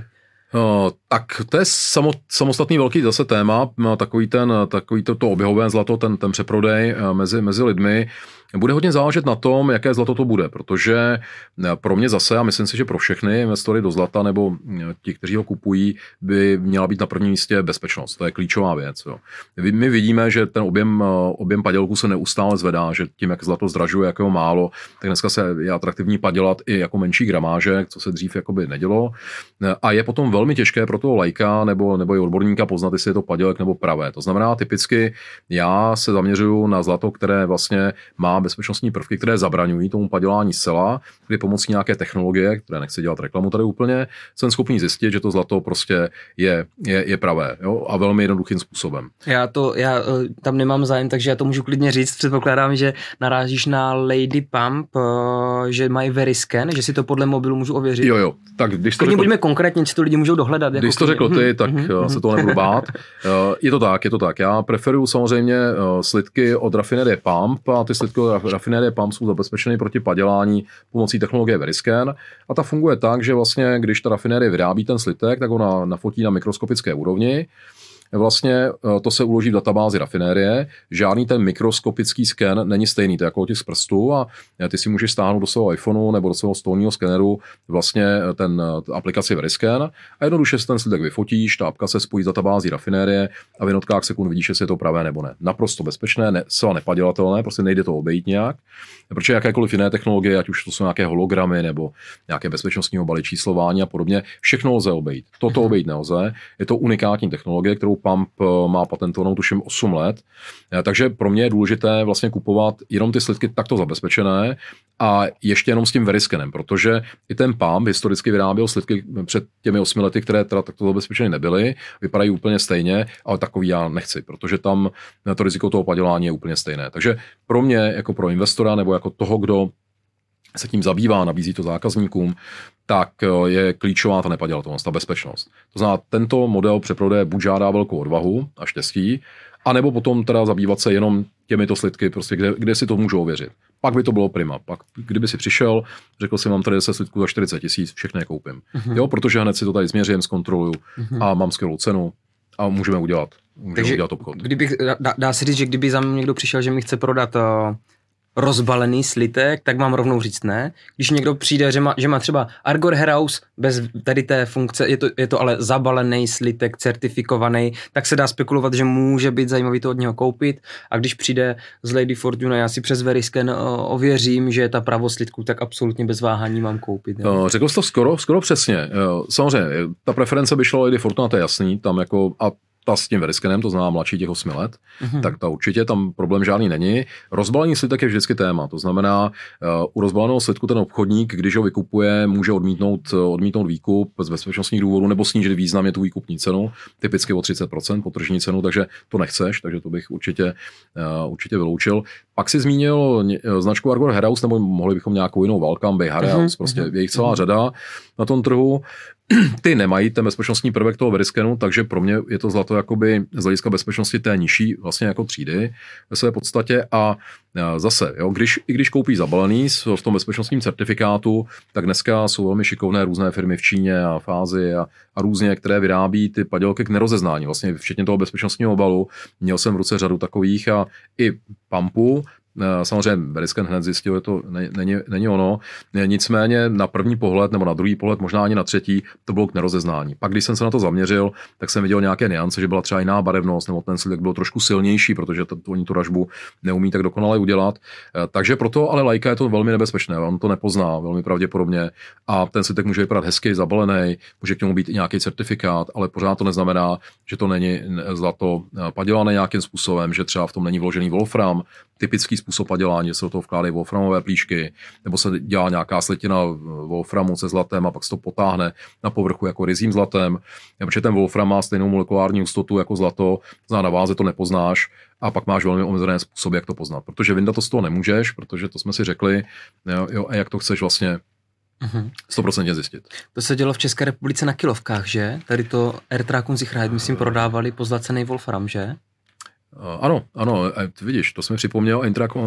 [SPEAKER 1] Tak to je samostatný velký zase téma, takový to oběhové zlato, ten přeprodej mezi lidmi. Bude hodně záležet na tom, jaké zlato to bude, protože pro mě zase, a myslím si, že pro všechny investory do zlata nebo ti, kteří ho kupují, by měla být na prvním místě bezpečnost. To je klíčová věc. Jo. My vidíme, že ten objem padělků se neustále zvedá, že tím, jak zlato zdražuje, jak ho málo, tak dneska se je atraktivní padělat i jako menší gramáže, co se dřív jakoby nedělo. A je potom velmi těžké pro toho laika nebo i odborníka poznat, jestli je to padělek nebo pravé. To znamená, typicky já se zaměřuju na zlato, které vlastně má bezpečnostní prvky, které zabraňují tomu padělání zcela, kdy pomocí nějaké technologie, které nechci dělat reklamu tady úplně, jsem schopný zjistit, že to zlato prostě je pravé, jo? A velmi jednoduchým způsobem.
[SPEAKER 2] Já tam nemám zájem, takže já to můžu klidně říct. Předpokládám, že narážíš na Lady Pump, že mají Veriscan, že si to podle mobilu můžu ověřit.
[SPEAKER 1] Jo. Tak když to
[SPEAKER 2] buďme konkrétně, či to lidi můžou dohledat.
[SPEAKER 1] Když to řekl ty, tak se toho nebudu bát. Je to tak. Já preferuju samozřejmě slitky od Rafinerie Pump a ty slitky od Rafinerie Pump jsou zabezpečeny proti padělání pomocí technologie Veriscan a ta funguje tak, že vlastně, když ta rafinérie vyrábí ten slitek, tak ho nafotí na mikroskopické úrovni. Vlastně to se uloží v databázi rafinérie, žádný ten mikroskopický sken není stejný, to je jako otisk prstů a ty si můžeš stáhnout do svého iPhoneu nebo do svého stolního skeneru vlastně ten aplikaci Veriscan a jednoduše si ten slitek vyfotíš, ta apka se spojí s databází rafinérie a v jednotkách sekund vidíš, jestli je to pravé nebo ne. Naprosto bezpečné, zcela nepadělatelné, prostě nejde to obejít nějak, protože jakékoliv jiné technologie, ať už to jsou nějaké hologramy nebo nějaké bezpečnostní obaly, číslování a podobně, všechno lze obejít. Toto obejít nelze, je to unikátní technologie, kterou Pump má patentovanou tuším 8 let, takže pro mě je důležité vlastně kupovat jenom ty slitky takto zabezpečené a ještě jenom s tím Veriscanem, protože i ten Pump historicky vyráběl slitky před těmi 8 lety, které teda takto zabezpečené nebyly, vypadají úplně stejně, ale takový já nechci, protože tam to riziko toho padělání je úplně stejné. Takže pro mě, jako pro investora nebo jako toho, kdo se tím zabývá, nabízí to zákazníkům, tak je klíčová ta nepadělatelnost, ta bezpečnost. To znamená, tento model přeprodeje buď žádá velkou odvahu a štěstí, anebo potom teda zabývat se jenom těmito slitky, prostě kde si to můžou ověřit. Pak by to bylo prima. Pak, kdyby si přišel, řekl si, mám tady 10 slitků za 40 000, všechny je koupím. Jo, protože hned si to tady změřím, zkontroluju a mám skvělou cenu a můžeme udělat obchod.
[SPEAKER 2] Dá se říct, že kdyby za mnou někdo přišel, že mi chce prodat rozbalený slitek, tak mám rovnou říct ne. Když někdo přijde, že má třeba Argor Heraus bez tady té funkce, je to ale zabalený slitek, certifikovaný, tak se dá spekulovat, že může být zajímavý to od něho koupit. A když přijde z Lady Fortuna, já si přes Veriscan ověřím, že je ta pravost slitku, tak absolutně bez váhání mám koupit.
[SPEAKER 1] Řekl jsi to skoro přesně. Samozřejmě, ta preference by šla Lady Fortuna, to je jasný, tam jako a ta s tím Veriscanem, to znamená mladší těch 8 let, tak ta určitě tam problém žádný není. Rozbalení slitek je vždycky téma, to znamená, u rozbaleného slitku ten obchodník, když ho vykupuje, může odmítnout výkup z bezpečnostních důvodů nebo snížit významně tu výkupní cenu, typicky o 30% po tržní cenu, takže to nechceš, takže to bych určitě vyloučil. Pak si zmínil značku Argor Heraus, nebo mohli bychom nějakou jinou Valcam, Bay Heraus, prostě je jich celá řada na tom trhu. Ty nemají ten bezpečnostní prvek toho Veriscanu, takže pro mě je to zlato jakoby z hlediska bezpečnosti té nižší vlastně jako třídy ve své podstatě a zase, jo, když koupí zabalený v tom bezpečnostním certifikátu, tak dneska jsou velmi šikovné různé firmy v Číně a v Ázii a různě, které vyrábí ty padělky k nerozeznání, vlastně včetně toho bezpečnostního obalu. Měl jsem v ruce řadu takových a i Pumpu. Samozřejmě Veriscan hned zjistil, že to není ono. Nicméně na první pohled nebo na druhý pohled, možná ani na třetí, to bylo k nerozeznání. Pak když jsem se na to zaměřil, tak jsem viděl nějaké nuance, že byla třeba jiná barevnost, nebo ten slitek byl trošku silnější, protože oni tu ražbu neumí tak dokonale udělat. Takže proto ale laika je to velmi nebezpečné, on to nepozná velmi pravděpodobně a ten slitek může vypadat hezky, zabalený, může k němu být i nějaký certifikát, ale pořád to neznamená, že to není zlato padělané nějakým způsobem, že třeba v tom není vložený wolfram, typický způsob padělání, že se do toho vkládají wolframové plíšky, nebo se dělá nějaká slitina wolframu se zlatem a pak se to potáhne na povrchu jako ryzím zlatem, protože ten wolfram má stejnou molekulární hustotu jako zlato, na váze to nepoznáš a pak máš velmi omezené způsoby, jak to poznat, protože vyndat to z toho nemůžeš, protože to jsme si řekli, jo, a jak to chceš vlastně 100% zjistit.
[SPEAKER 2] To se dělo v České republice na kilovkách, že? Tady to AirTrack Unsicherheit, myslím, prodávali pozlacený Wolfram, že?
[SPEAKER 1] Ano, vidíš, to jsi mi připomněl,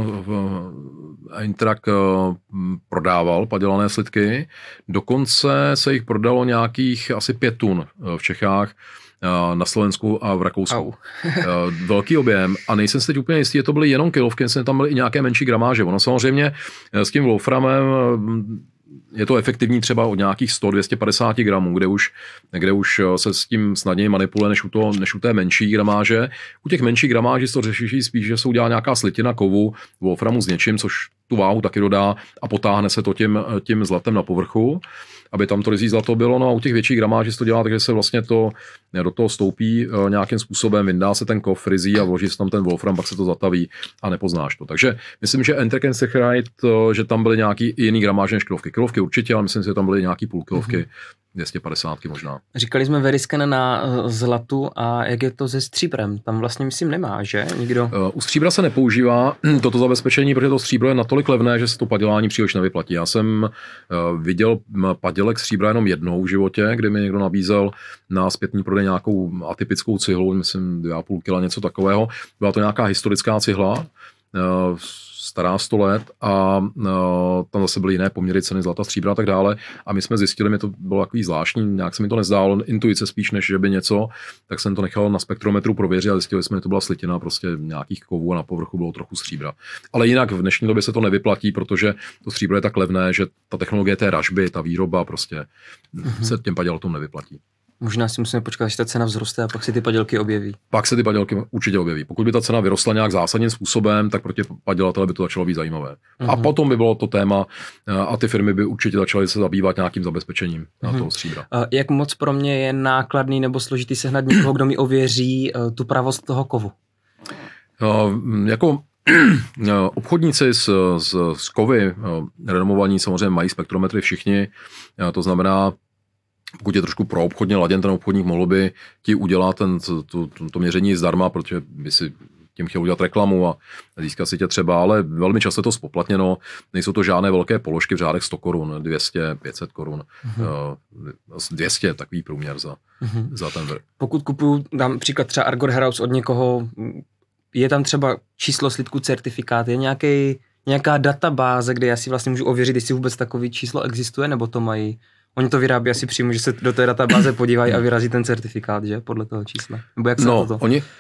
[SPEAKER 1] Eintrack prodával padělané slitky, dokonce se jich prodalo nějakých asi 5 tun v Čechách, na Slovensku a v Rakousku. Velký objem a nejsem si teď úplně jistý, že to byly jenom kilovky, tam byly i nějaké menší gramáže. Ono samozřejmě s tím Wolframem je to efektivní třeba od nějakých 100-250 gramů, kde už se s tím snadněji manipuluje než u té menší gramáže. U těch menších gramáží se to řeší spíš, že se udělá nějaká slitina kovu Wolframu s něčím, což tu váhu taky dodá a potáhne se to tím zlatem na povrchu, aby tam to rizí zlato bylo. No a u těch větších gramáží se to dělá, takže se vlastně to do toho stoupí nějakým způsobem, vyndá se ten kov rizí a vloží se tam ten Wolfram, pak se to zataví a nepoznáš to. Takže myslím, že Eintrack Unsicherheit, že tam byly nějaký jiný gramáže než kilovky. Kilovky určitě, ale myslím si, že tam byly nějaký půlkilovky, 250 možná.
[SPEAKER 2] Říkali jsme Verisken na zlatu a jak je to se stříbrem? Tam vlastně myslím nemá, že? Nikdo?
[SPEAKER 1] U stříbra se nepoužívá toto zabezpečení, protože to stříbro je natolik levné, že se to padělání příliš nevyplatí. Já jsem viděl padělek stříbra jenom jednou v životě, kdy mi někdo nabízel na zpětný prodej nějakou atypickou cihlu, myslím 2,5 kila, něco takového. Byla to nějaká historická cihla, stará 100 let a tam zase byly jiné poměry ceny zlata, stříbra a tak dále. A my jsme zjistili, mě to bylo takový zvláštní, nějak se mi to nezdálo, intuice spíš, než že by něco, tak jsem to nechal na spektrometru prověřit a zjistili jsme, že to byla slitina prostě nějakých kovů a na povrchu bylo trochu stříbra. Ale jinak v dnešní době se to nevyplatí, protože to stříbro je tak levné, že ta technologie té ražby, ta výroba prostě se těm padělkům nevyplatí.
[SPEAKER 2] Možná si musíme počkat, až ta cena vzroste a pak se ty padělky objeví.
[SPEAKER 1] Pak se ty padělky určitě objeví. Pokud by ta cena vyrostla nějak zásadním způsobem, tak pro tě padělatele by to začalo být zajímavé. A potom by bylo to téma a ty firmy by určitě začaly se zabývat nějakým zabezpečením na toho stříbra.
[SPEAKER 2] Jak moc pro mě je nákladný nebo složitý sehnat někoho, kdo mi ověří tu pravost toho kovu?
[SPEAKER 1] Jako obchodníci s kovy, renomovaní samozřejmě mají spektrometry všichni, to znamená, pokud je trošku pro obchodně laděn ten obchodník, mohl by ti udělat to měření zdarma, protože by si tím chtěl udělat reklamu a získat si tě třeba, ale velmi často je to spoplatněno, nejsou to žádné velké položky v řádech 100 korun, 200, 500 korun, 200 takový průměr za ten vrch.
[SPEAKER 2] Pokud kupuju, dám příklad třeba Argor House od někoho, je tam třeba číslo slitku, certifikát, je nějaká databáze, kde já si vlastně můžu ověřit, jestli vůbec takový číslo existuje, nebo to mají. Oni to vyrábí asi přímo, že se do té databáze podívají a vyrazí ten certifikát, že? Podle toho čísla. Nebo jak se to?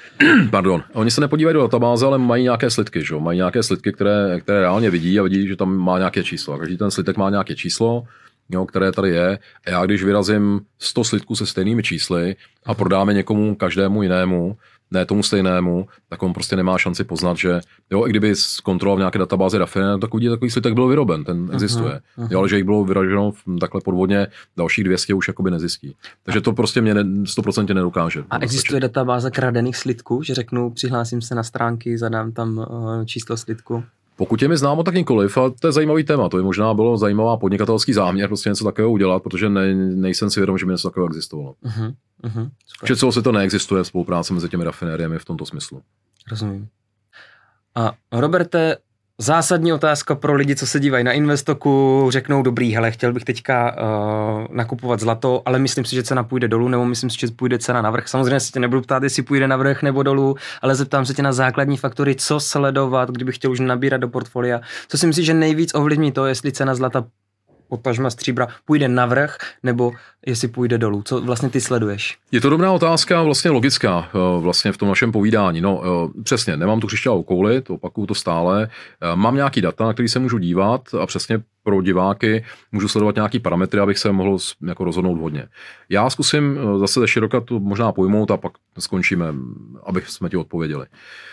[SPEAKER 1] Oni se nepodívají do databáze, ale mají nějaké slitky, že? Mají nějaké slitky, které reálně vidí a vidí, že tam má nějaké číslo. Každý ten slitek má nějaké číslo, jo, které tady je. A já když vyrazím 100 slitků se stejnými čísly a prodáme někomu každému jinému, ne tomu stejnému, tak on prostě nemá šanci poznat, že jo, i kdyby zkontroloval v nějaké databázi Rafine, takový slitek byl vyroben, ten existuje. Jo, ale že jich bylo vyraženo takhle podvodně, dalších 200 už jakoby nezjistí. Takže to prostě mě 100% nedokáže.
[SPEAKER 2] A existuje databáze kradených slitků, že řeknu, přihlásím se na stránky, zadám tam číslo slitku?
[SPEAKER 1] Pokud je mi známo, tak nikoliv, a to je zajímavý téma. To by možná bylo zajímavá podnikatelský záměr prostě něco takového udělat, protože nejsem si vědom, že by něco takového existovalo. Že celosvětově neexistuje spolupráce mezi těmi rafinériemi v tomto smyslu.
[SPEAKER 2] Rozumím. A Roberte, zásadní otázka pro lidi, co se dívají na Investoku, řeknou dobrý, hele, chtěl bych teďka nakupovat zlato, ale myslím si, že cena půjde dolů, nebo myslím si, že půjde cena navrch. Samozřejmě se tě nebudu ptát, jestli půjde navrch nebo dolů, ale zeptám se tě na základní faktory, co sledovat, kdybych chtěl už nabírat do portfolia. Co si myslíš, že nejvíc ovlivní to, jestli cena zlata potažma stříbra půjde navrch, nebo jestli půjde dolů? Co vlastně ty sleduješ?
[SPEAKER 1] Je to dobrá otázka, vlastně logická, vlastně v tom našem povídání. No, přesně, nemám tu křišťálovou kouli, to opakuju to stále. Mám nějaký data, na který se můžu dívat a přesně pro diváky můžu sledovat nějaký parametry, abych se mohl jako rozhodnout vhodně. Já zkusím zase ze široka to možná pojmout a pak skončíme, abych jsme ti odpověděli.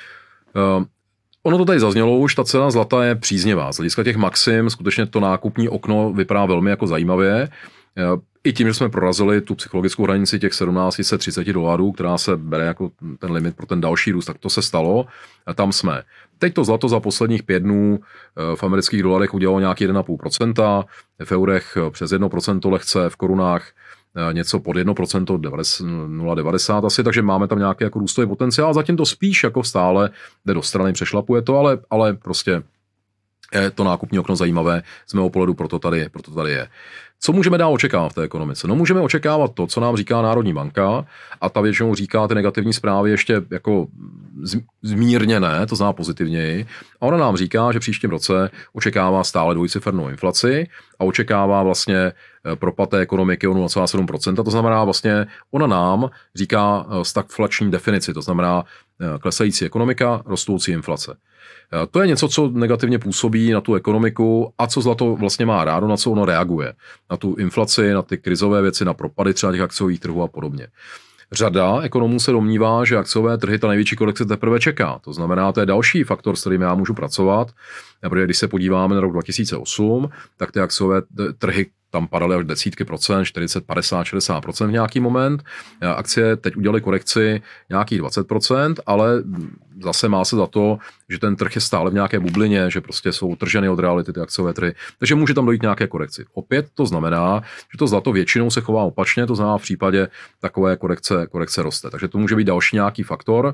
[SPEAKER 1] Ono to tady zaznělo už, ta cena zlata je příznivá. Z hlediska těch maxim skutečně to nákupní okno vypadá velmi jako zajímavě. I tím, že jsme prorazili tu psychologickou hranici těch $1730, která se bere jako ten limit pro ten další růst, tak to se stalo. Tam jsme. Teď to zlato za posledních 5 dnů v amerických dolarech udělalo nějaký 1,5%, v eurech přes 1% lehce, v korunách něco pod 1%, 0,90 asi, takže máme tam nějaký jako růstový potenciál. Zatím to spíš jako stále jde do strany, přešlapuje to, ale prostě je to nákupní okno zajímavé z mého pohledu, proto tady je. Co můžeme dál očekávat v té ekonomice? No můžeme očekávat to, co nám říká Národní banka, a ta většinou říká ty negativní zprávy ještě jako zmírněné, to znamená pozitivněji. A ona nám říká, že příštím roce očekává stále dvojcifernou inflaci a očekává vlastně propad té ekonomiky o 0,7%. To znamená vlastně, ona nám říká stagflační definici, to znamená klesající ekonomika, rostoucí inflace. To je něco, co negativně působí na tu ekonomiku a co zlato vlastně má rádo, na co ono reaguje. Na tu inflaci, na ty krizové věci, na propady třeba těch akciových trhů a podobně. Řada ekonomů se domnívá, že akciové trhy ta největší korekce teprve čeká. To znamená, to je další faktor, s kterým já můžu pracovat. Protože když se podíváme na rok 2008, tak ty akciové trhy tam padaly až desítky procent, 40, 50, 60% v nějaký moment. Akcie teď udělaly korekci nějakých 20%, ale zase má se za to, že ten trh je stále v nějaké bublině, že prostě jsou trženy od reality ty akciové trhy. Takže může tam dojít nějaké korekci. Opět to znamená, že to zlato většinou se chová opačně, to znamená v případě takové korekce roste. Takže to může být další nějaký faktor.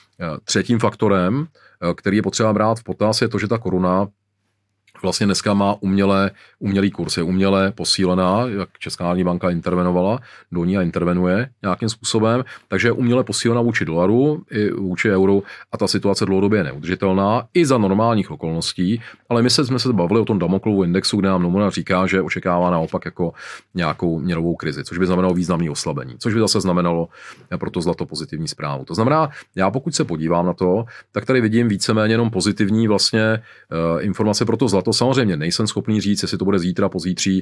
[SPEAKER 1] Třetím faktorem, který je potřeba brát v potaz, je to, že ta koruna vlastně dneska má umělý kurz, je uměle posílená, jak Česká národní banka intervenovala do ní a intervenuje nějakým způsobem, takže je uměle posílená vůči dolaru i vůči euru a ta situace dlouhodobě je neudržitelná i za normálních okolností, ale my jsme se bavili o tom Damoklovu indexu, kde nám Nomura říká, že očekává naopak jako nějakou měnovou krizi, což by znamenalo významné oslabení, což by zase znamenalo pro to zlato pozitivní zprávu. To znamená, já pokud se podívám na to, tak tady vidím víceméně jenom pozitivní vlastně informace pro to zlato. Samozřejmě nejsem schopný říct, jestli to bude zítra, pozítří,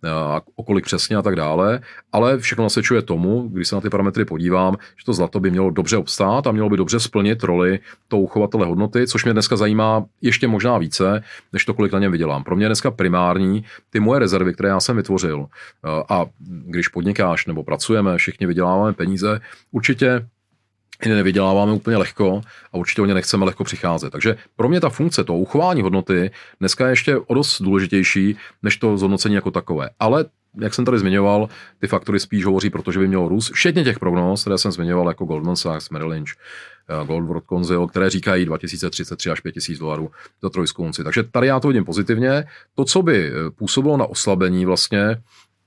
[SPEAKER 1] o kolik přesně a tak dále, ale všechno nasvědčuje tomu, když se na ty parametry podívám, že to zlato by mělo dobře obstát a mělo by dobře splnit roli toho uchovatele hodnoty, což mě dneska zajímá ještě možná více, než to, kolik na něm vydělám. Pro mě je dneska primární ty moje rezervy, které já jsem vytvořil. A když podnikáš nebo pracujeme, všichni vyděláváme peníze, určitě nevyděláváme úplně lehko a určitě o ně nechceme lehko přicházet. Takže pro mě ta funkce toho uchování hodnoty dneska je ještě o dost důležitější než to zhodnocení jako takové. Ale jak jsem tady zmiňoval, ty faktory spíš hovoří, protože by mělo růst, včetně těch prognóz, které jsem zmiňoval jako Goldman Sachs, Merrill Lynch, Goldman Consil, které říkají 2033 až $5,000 za trojskou unci. Takže tady já to vidím pozitivně. To, co by působilo na oslabení vlastně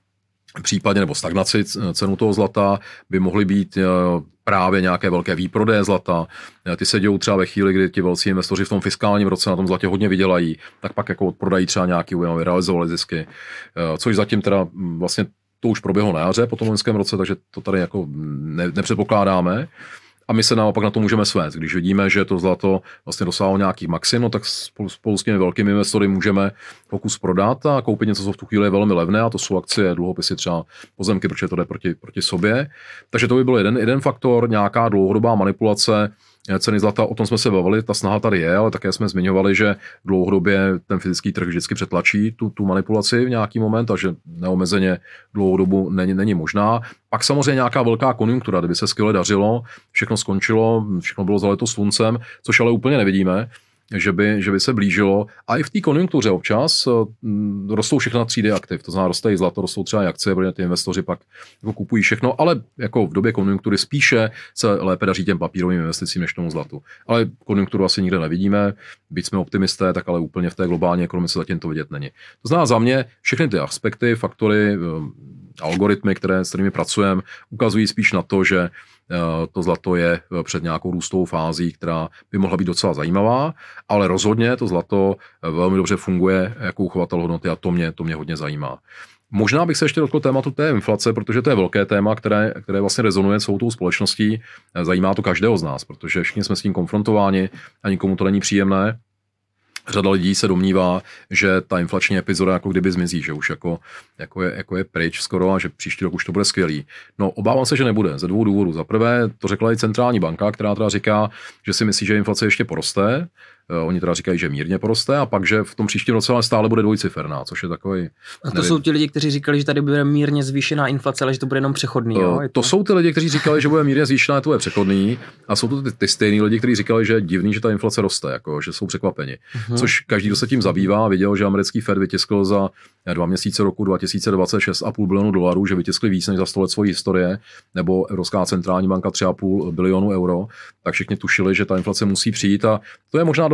[SPEAKER 1] případně nebo stagnaci cenu toho zlata, by mohly být právě nějaké velké výprodeje zlata. Ty se dějou třeba ve chvíli, kdy ti velcí investoři v tom fiskálním roce na tom zlatě hodně vydělají, tak pak jako odprodají třeba nějaký objem, aby realizovali zisky, což zatím teda vlastně to už proběhlo na jaře po tom loňském roce, takže to tady jako nepředpokládáme. A my se naopak na to můžeme svést. Když vidíme, že to zlato vlastně dosáhlo nějakých maxim, no tak spolu s těmi velkými investory můžeme pokus prodat a koupit něco, co v tu chvíli je velmi levné, a to jsou akcie, dluhopisy, třeba pozemky, protože to jde proti sobě. Takže to by byl jeden faktor, nějaká dlouhodobá manipulace ceny zlata, o tom jsme se bavili, ta snaha tady je, ale také jsme zmiňovali, že dlouhodobě ten fyzický trh vždycky přetlačí tu manipulaci v nějaký moment a že neomezeně dlouhou dobu není možná. Pak samozřejmě nějaká velká konjunktura, kdyby se skvěle dařilo, všechno skončilo, všechno bylo zaleto sluncem, což ale úplně nevidíme, že by se blížilo. A i v té konjunktuře občas rostou všechna třídy aktiv. To znamená, roste i zlato, rostou třeba i akcie, protože ty investoři pak jako kupují všechno, ale jako v době konjunktury spíše se lépe daří těm papírovým investicím než tomu zlatu. Ale konjunkturu asi nikde nevidíme, byť jsme optimisté, tak ale úplně v té globální ekonomice zatím to vidět není. To znamená, za mě všechny ty aspekty, faktory, algoritmy, s kterými pracujeme, ukazují spíš na to, že to zlato je před nějakou růstovou fází, která by mohla být docela zajímavá, ale rozhodně to zlato velmi dobře funguje jako uchovatel hodnoty a to mě hodně zajímá. Možná bych se ještě dotkl tématu té inflace, protože to je velké téma, které vlastně rezonuje celou tou společností. Zajímá to každého z nás, protože všichni jsme s tím konfrontováni a nikomu to není příjemné. Řada lidí se domnívá, že ta inflační epizoda jako kdyby zmizí, že už jako je pryč skoro a že příští rok už to bude skvělý. No, obávám se, že nebude, ze dvou důvodů. Za prvé, to řekla i centrální banka, která teda říká, že si myslí, že inflace ještě poroste. Oni teda říkají, že mírně poroste a pak, že v tom příštím roce ale stále bude dvojciferná, což je takový.
[SPEAKER 2] A to jsou ti lidi, kteří říkali, že tady bude mírně zvýšená inflace, ale že to bude jenom přechodný. Jo?
[SPEAKER 1] To jsou ty lidi, kteří říkali, že bude mírně zvýšená, to je přechodný, a jsou to ty stejný lidi, kteří říkali, že je divný, že ta inflace roste, jako, že jsou překvapeni. Což každý, kdo se tím zabývá, viděl, že americký Fed vytiskl za 2 měsíce roku 2026 $6,5 bilionu, že vytiskli víc než za 100 let svojí historie, nebo Evropská centrální banka 3,5 bilionu euro, tak všichni tušili, že ta inflace musí přijít a to je možná dobrá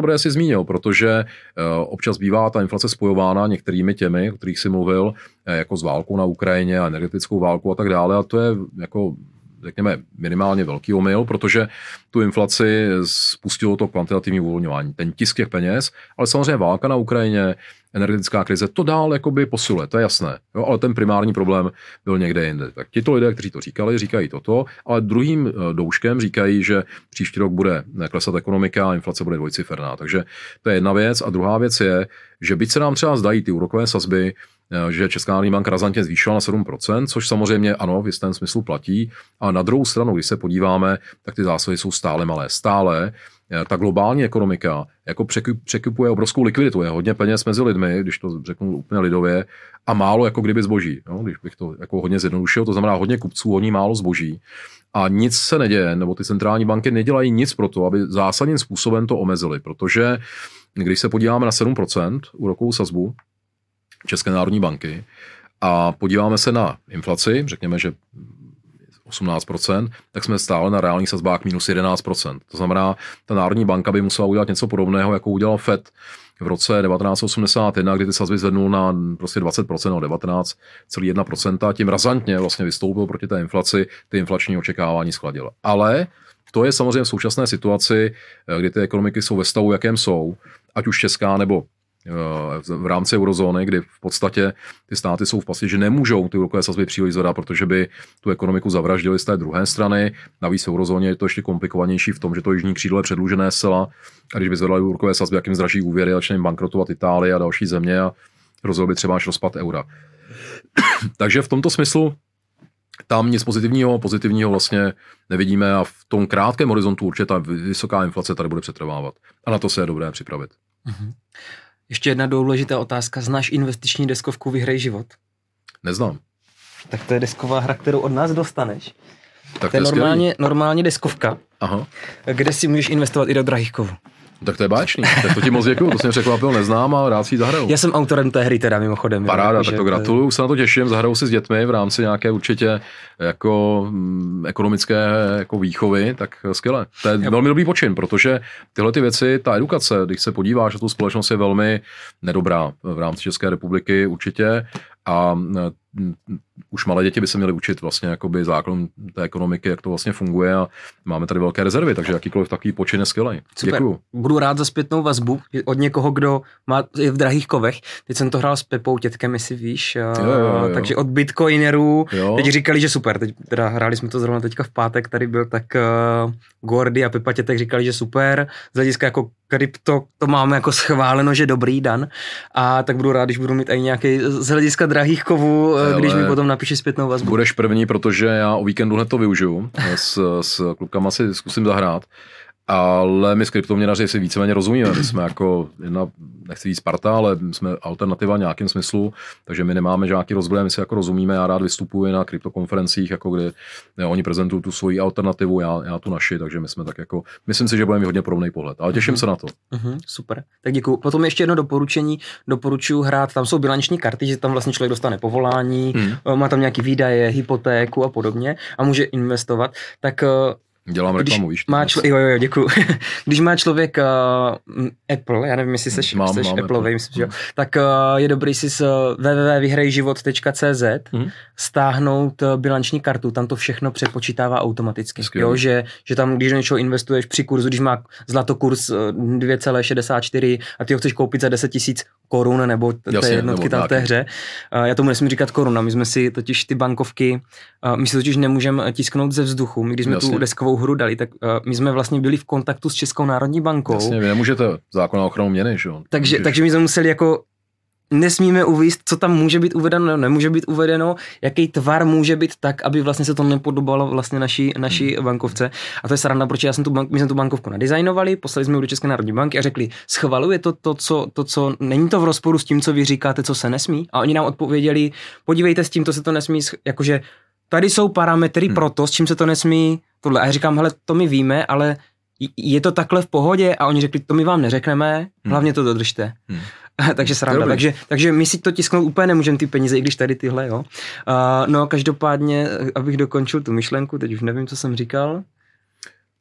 [SPEAKER 1] dobré si zmínil, protože občas bývá ta inflace spojována některými těmi, o kterých si mluvil, jako s válkou na Ukrajině a energetickou válku a tak dále, a to je jako řekněme minimálně velký omyl, protože tu inflaci spustilo to kvantitativní uvolňování, ten tisk těch peněz, ale samozřejmě válka na Ukrajině, energetická krize, to dál jakoby posiluje, to je jasné, jo, ale ten primární problém byl někde jinde. Tak tito lidé, kteří to říkají toto, ale druhým douškem říkají, že příští rok bude klesat ekonomika a inflace bude dvojciferná. Takže to je jedna věc. A druhá věc je, že byť se nám třeba zdají ty úrokové sazby, že Česká národní banka razantně zvýšila na 7%, což samozřejmě ano, v jistém smyslu platí, a na druhou stranu, když se podíváme, tak ty zásahy jsou stále malé. Stále ta globální ekonomika jako překupuje obrovskou likviditu, je hodně peněz mezi lidmi, když to řeknu úplně lidově, a málo jako kdyby zboží, no, když bych to jako hodně zjednodušil, to znamená hodně kupců, hodně málo zboží. A nic se neděje, nebo ty centrální banky nedělají nic pro to, aby zásadním způsobem to omezily, protože když se podíváme na 7% úrokovou sazbu České národní banky a podíváme se na inflaci, řekněme, že 18%, tak jsme stále na reálných sazbách minus 11%. To znamená, ta národní banka by musela udělat něco podobného, jako udělal FED v roce 1981, kdy ty sazby zvednul na prostě 20% nebo 19,1%, a tím razantně vlastně vystoupil proti té inflaci, ty inflační očekávání schladil. Ale to je samozřejmě v současné situaci, kdy ty ekonomiky jsou ve stavu, jakém jsou, ať už česká nebo v rámci eurozóny, kdy v podstatě ty státy jsou v pasti, že nemůžou ty úrokové sazby příliš zvedat, protože by tu ekonomiku zavraždili z té druhé strany. Navíc v eurozóně je to ještě komplikovanější v tom, že to jižní křídlo je předlužené zcela, a když by zvedali úrokové sazby, jakým zdraží úvěry, začne jim bankrotovat Itálie a další země a hrozil by třeba až rozpad eura. Takže v tomto smyslu tam nic pozitivního vlastně nevidíme a v tom krátkém horizontu určitě ta vysoká inflace tady bude přetrvávat. A na to se je dobré připravit.
[SPEAKER 2] Mhm. Ještě jedna důležitá otázka. Znáš investiční deskovku Vyhrej život?
[SPEAKER 1] Neznám.
[SPEAKER 2] Tak to je desková hra, kterou od nás dostaneš.
[SPEAKER 1] Tak
[SPEAKER 2] to je normálně deskovka, aha, kde si můžeš investovat i do drahých kovů.
[SPEAKER 1] Tak to je báječný, tak to ti moc děkuju, to jsem překvapil, neznám a rád si ji zahraju.
[SPEAKER 2] Já jsem autorem té hry teda mimochodem.
[SPEAKER 1] Paráda, tak to gratuluju, se na to těším, zahraju si s dětmi v rámci nějaké určitě jako ekonomické jako výchovy, tak skvěle. To je velmi dobrý počin, protože tyhle ty věci, ta edukace, když se podíváš, že tu společnost je velmi nedobrá v rámci České republiky určitě, a už malé děti by se měly učit vlastně jakoby základ té ekonomiky, jak to vlastně funguje, a máme tady velké rezervy, takže jakýkoliv takový počin je skvělej. Děkuju.
[SPEAKER 2] Budu rád za zpětnou vazbu od někoho, kdo je v drahých kovech. Teď jsem to hrál s Pepou Tětkem, jestli víš, jo. Takže od bitcoinerů, teď říkali, že super, teď teda hráli jsme to zrovna teďka v pátek, tady byl tak Gordy a Pepa Tětek říkali, že super, z hlediska jako krypto to máme jako schváleno, že dobrý dan, a tak budu rád, když budu mít i nějaký z hlediska drahých kovů, když mi potom napíše zpětnou vazbu.
[SPEAKER 1] Budeš první, protože já o víkendu hned to využiju, s klukama si zkusím zahrát, ale my s kryptoměnaři si víceméně rozumíme, my jsme jako jedna, nechci říct Sparta, ale jsme alternativa v nějakém smyslu, takže my nemáme žádný rozbroje, my si jako rozumíme, já rád vystupuji na kryptokonferencích, jako kde oni prezentují tu svoji alternativu, já tu naši, takže my jsme tak jako, myslím si, že budeme mít hodně podobný pohled, ale těším se na to.
[SPEAKER 2] Super, tak děkuju. Potom ještě jedno doporučení, doporučuji hrát, tam jsou bilanční karty, že tam vlastně člověk dostane povolání, má tam nějaký výdaje, hypotéku a podobně a může investovat, tak
[SPEAKER 1] dělám reklamu, víš?
[SPEAKER 2] Jo, děkuju. Když má člověk Apple, já nevím, jestli jsi Appleový, myslím, že jo, tak je dobrý si z www.vyhrejživot.cz stáhnout bilanční kartu, tam to všechno přepočítává automaticky. Jo, že tam, když do něčeho investuješ při kurzu, když má zlatokurs 2,64 a ty ho chceš koupit za 10 000 korun nebo té jednotky tam v té hře. Já tomu nesmím říkat koruna, my jsme si totiž ty bankovky, my si totiž nemůžeme tisknout ze vzduchu. My když jsme tu deskovou hru dali, tak my jsme vlastně byli v kontaktu s Českou národní bankou.
[SPEAKER 1] Jasně, vy nemůžete zákon na ochranu měny, že jo?
[SPEAKER 2] Takže my jsme museli jako nesmíme uvést, co tam může být uvedeno, nemůže být uvedeno, jaký tvar může být tak, aby vlastně se to nepodobalo vlastně naší bankovce. A to je sranda, protože my jsme tu bankovku nadizajnovali, poslali jsme ji do České národní banky a řekli, schvaluje to, co není to v rozporu s tím, co vy říkáte, co se nesmí. A oni nám odpověděli, podívejte, s tím, to se to nesmí, jakože tady jsou parametry pro to, s čím se to nesmí tohle. A já říkám, hele, to my víme, ale je to takhle v pohodě? A oni řekli, to my vám neřekneme, hlavně to dodržte. Takže sranda. Takže my si to tisknout úplně nemůžeme ty peníze, i když tady tyhle, jo. No každopádně, abych dokončil tu myšlenku, teď už nevím, co jsem říkal.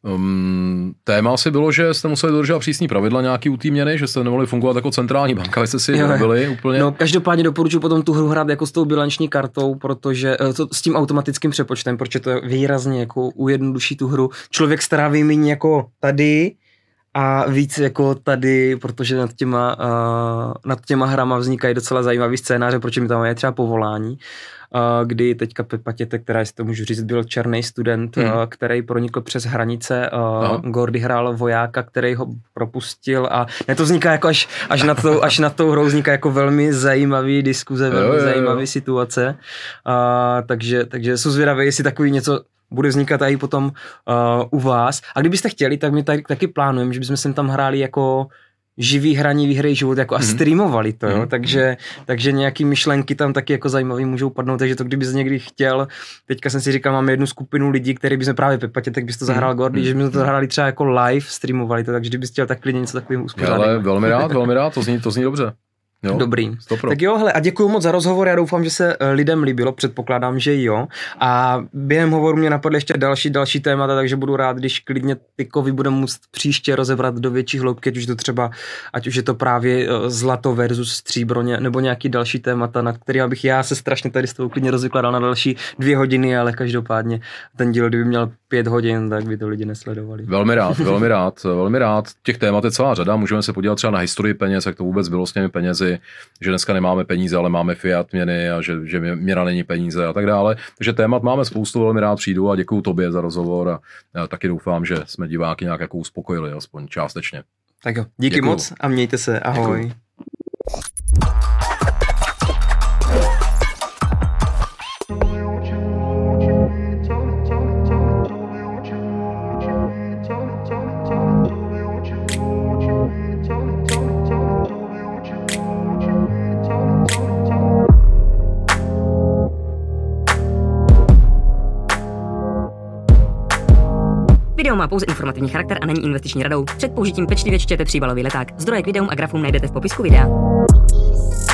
[SPEAKER 1] Téma asi bylo, že jste museli dodržovat přísný pravidla nějaký u té měny, že jste nemohli fungovat jako centrální banka, vy jste si nebyli úplně.
[SPEAKER 2] No, každopádně doporučuji potom tu hru hrát jako s tou bilanční kartou, protože s tím automatickým přepočtem, protože to výrazně jako ujednoduší tu hru. Člověk stráví méně jako tady a víc jako tady, protože nad těma hrama vznikají docela zajímavý scénáře, protože mi tam je třeba povolání, kdy teďka Pepa Tětek, která, jestli to můžu říct, byl černý student, který pronikl přes hranice, Gordy hrál vojáka, který ho propustil a ne, to vzniká jako až nad tou hrou vzniká jako velmi zajímavý diskuze, velmi zajímavý situace, takže jsou zvědavé, jestli takový něco bude vznikat i potom u vás. A kdybyste chtěli, tak my taky plánujeme, že bychom sem tam hráli jako živý hraní výhry život jako a streamovali to, jo? Takže nějaký myšlenky tam taky jako zajímavý můžou padnout, takže to kdybys někdy chtěl, teďka jsem si říkal, máme jednu skupinu lidí, který bychom právě Pepatě, tak bys to zahrál Gordy, že bychom to hráli třeba jako live, streamovali to, takže kdybys chtěl, tak klidně něco takového uspořádat.
[SPEAKER 1] Ale velmi rád, to zní dobře. Jo,
[SPEAKER 2] dobrý. Tak jo, hele, a děkuju moc za rozhovor, já doufám, že se lidem líbilo, předpokládám, že jo. A během hovoru mě napadly ještě další témata, takže budu rád, když klidně ty kovy budeme moct příště rozebrat do větší hloubky, ať už je to právě zlato versus stříbro, nebo nějaký další témata, na který bych já se strašně tady s tou klidně rozvykládal na další 2 hodiny, ale každopádně ten díl, kdyby měl 5 hodin, tak by to lidi nesledovali.
[SPEAKER 1] Velmi rád. Těch témat je celá řada, můžeme se podívat třeba na historii peněz, jak to vůbec bylo s těmi penězi, že dneska nemáme peníze, ale máme fiat měny a že měna není peníze a tak dále. Takže témat máme spoustu, velmi rád přijdu a děkuju tobě za rozhovor a taky doufám, že jsme diváky nějak jako uspokojili, aspoň částečně.
[SPEAKER 2] Tak jo, díky moc a mějte se, ahoj. Děkuju.
[SPEAKER 3] Video má pouze informativní charakter a není investiční radou. Před použitím pečlivě čtěte příbalový leták. Zdroje k videům a grafům najdete v popisku videa.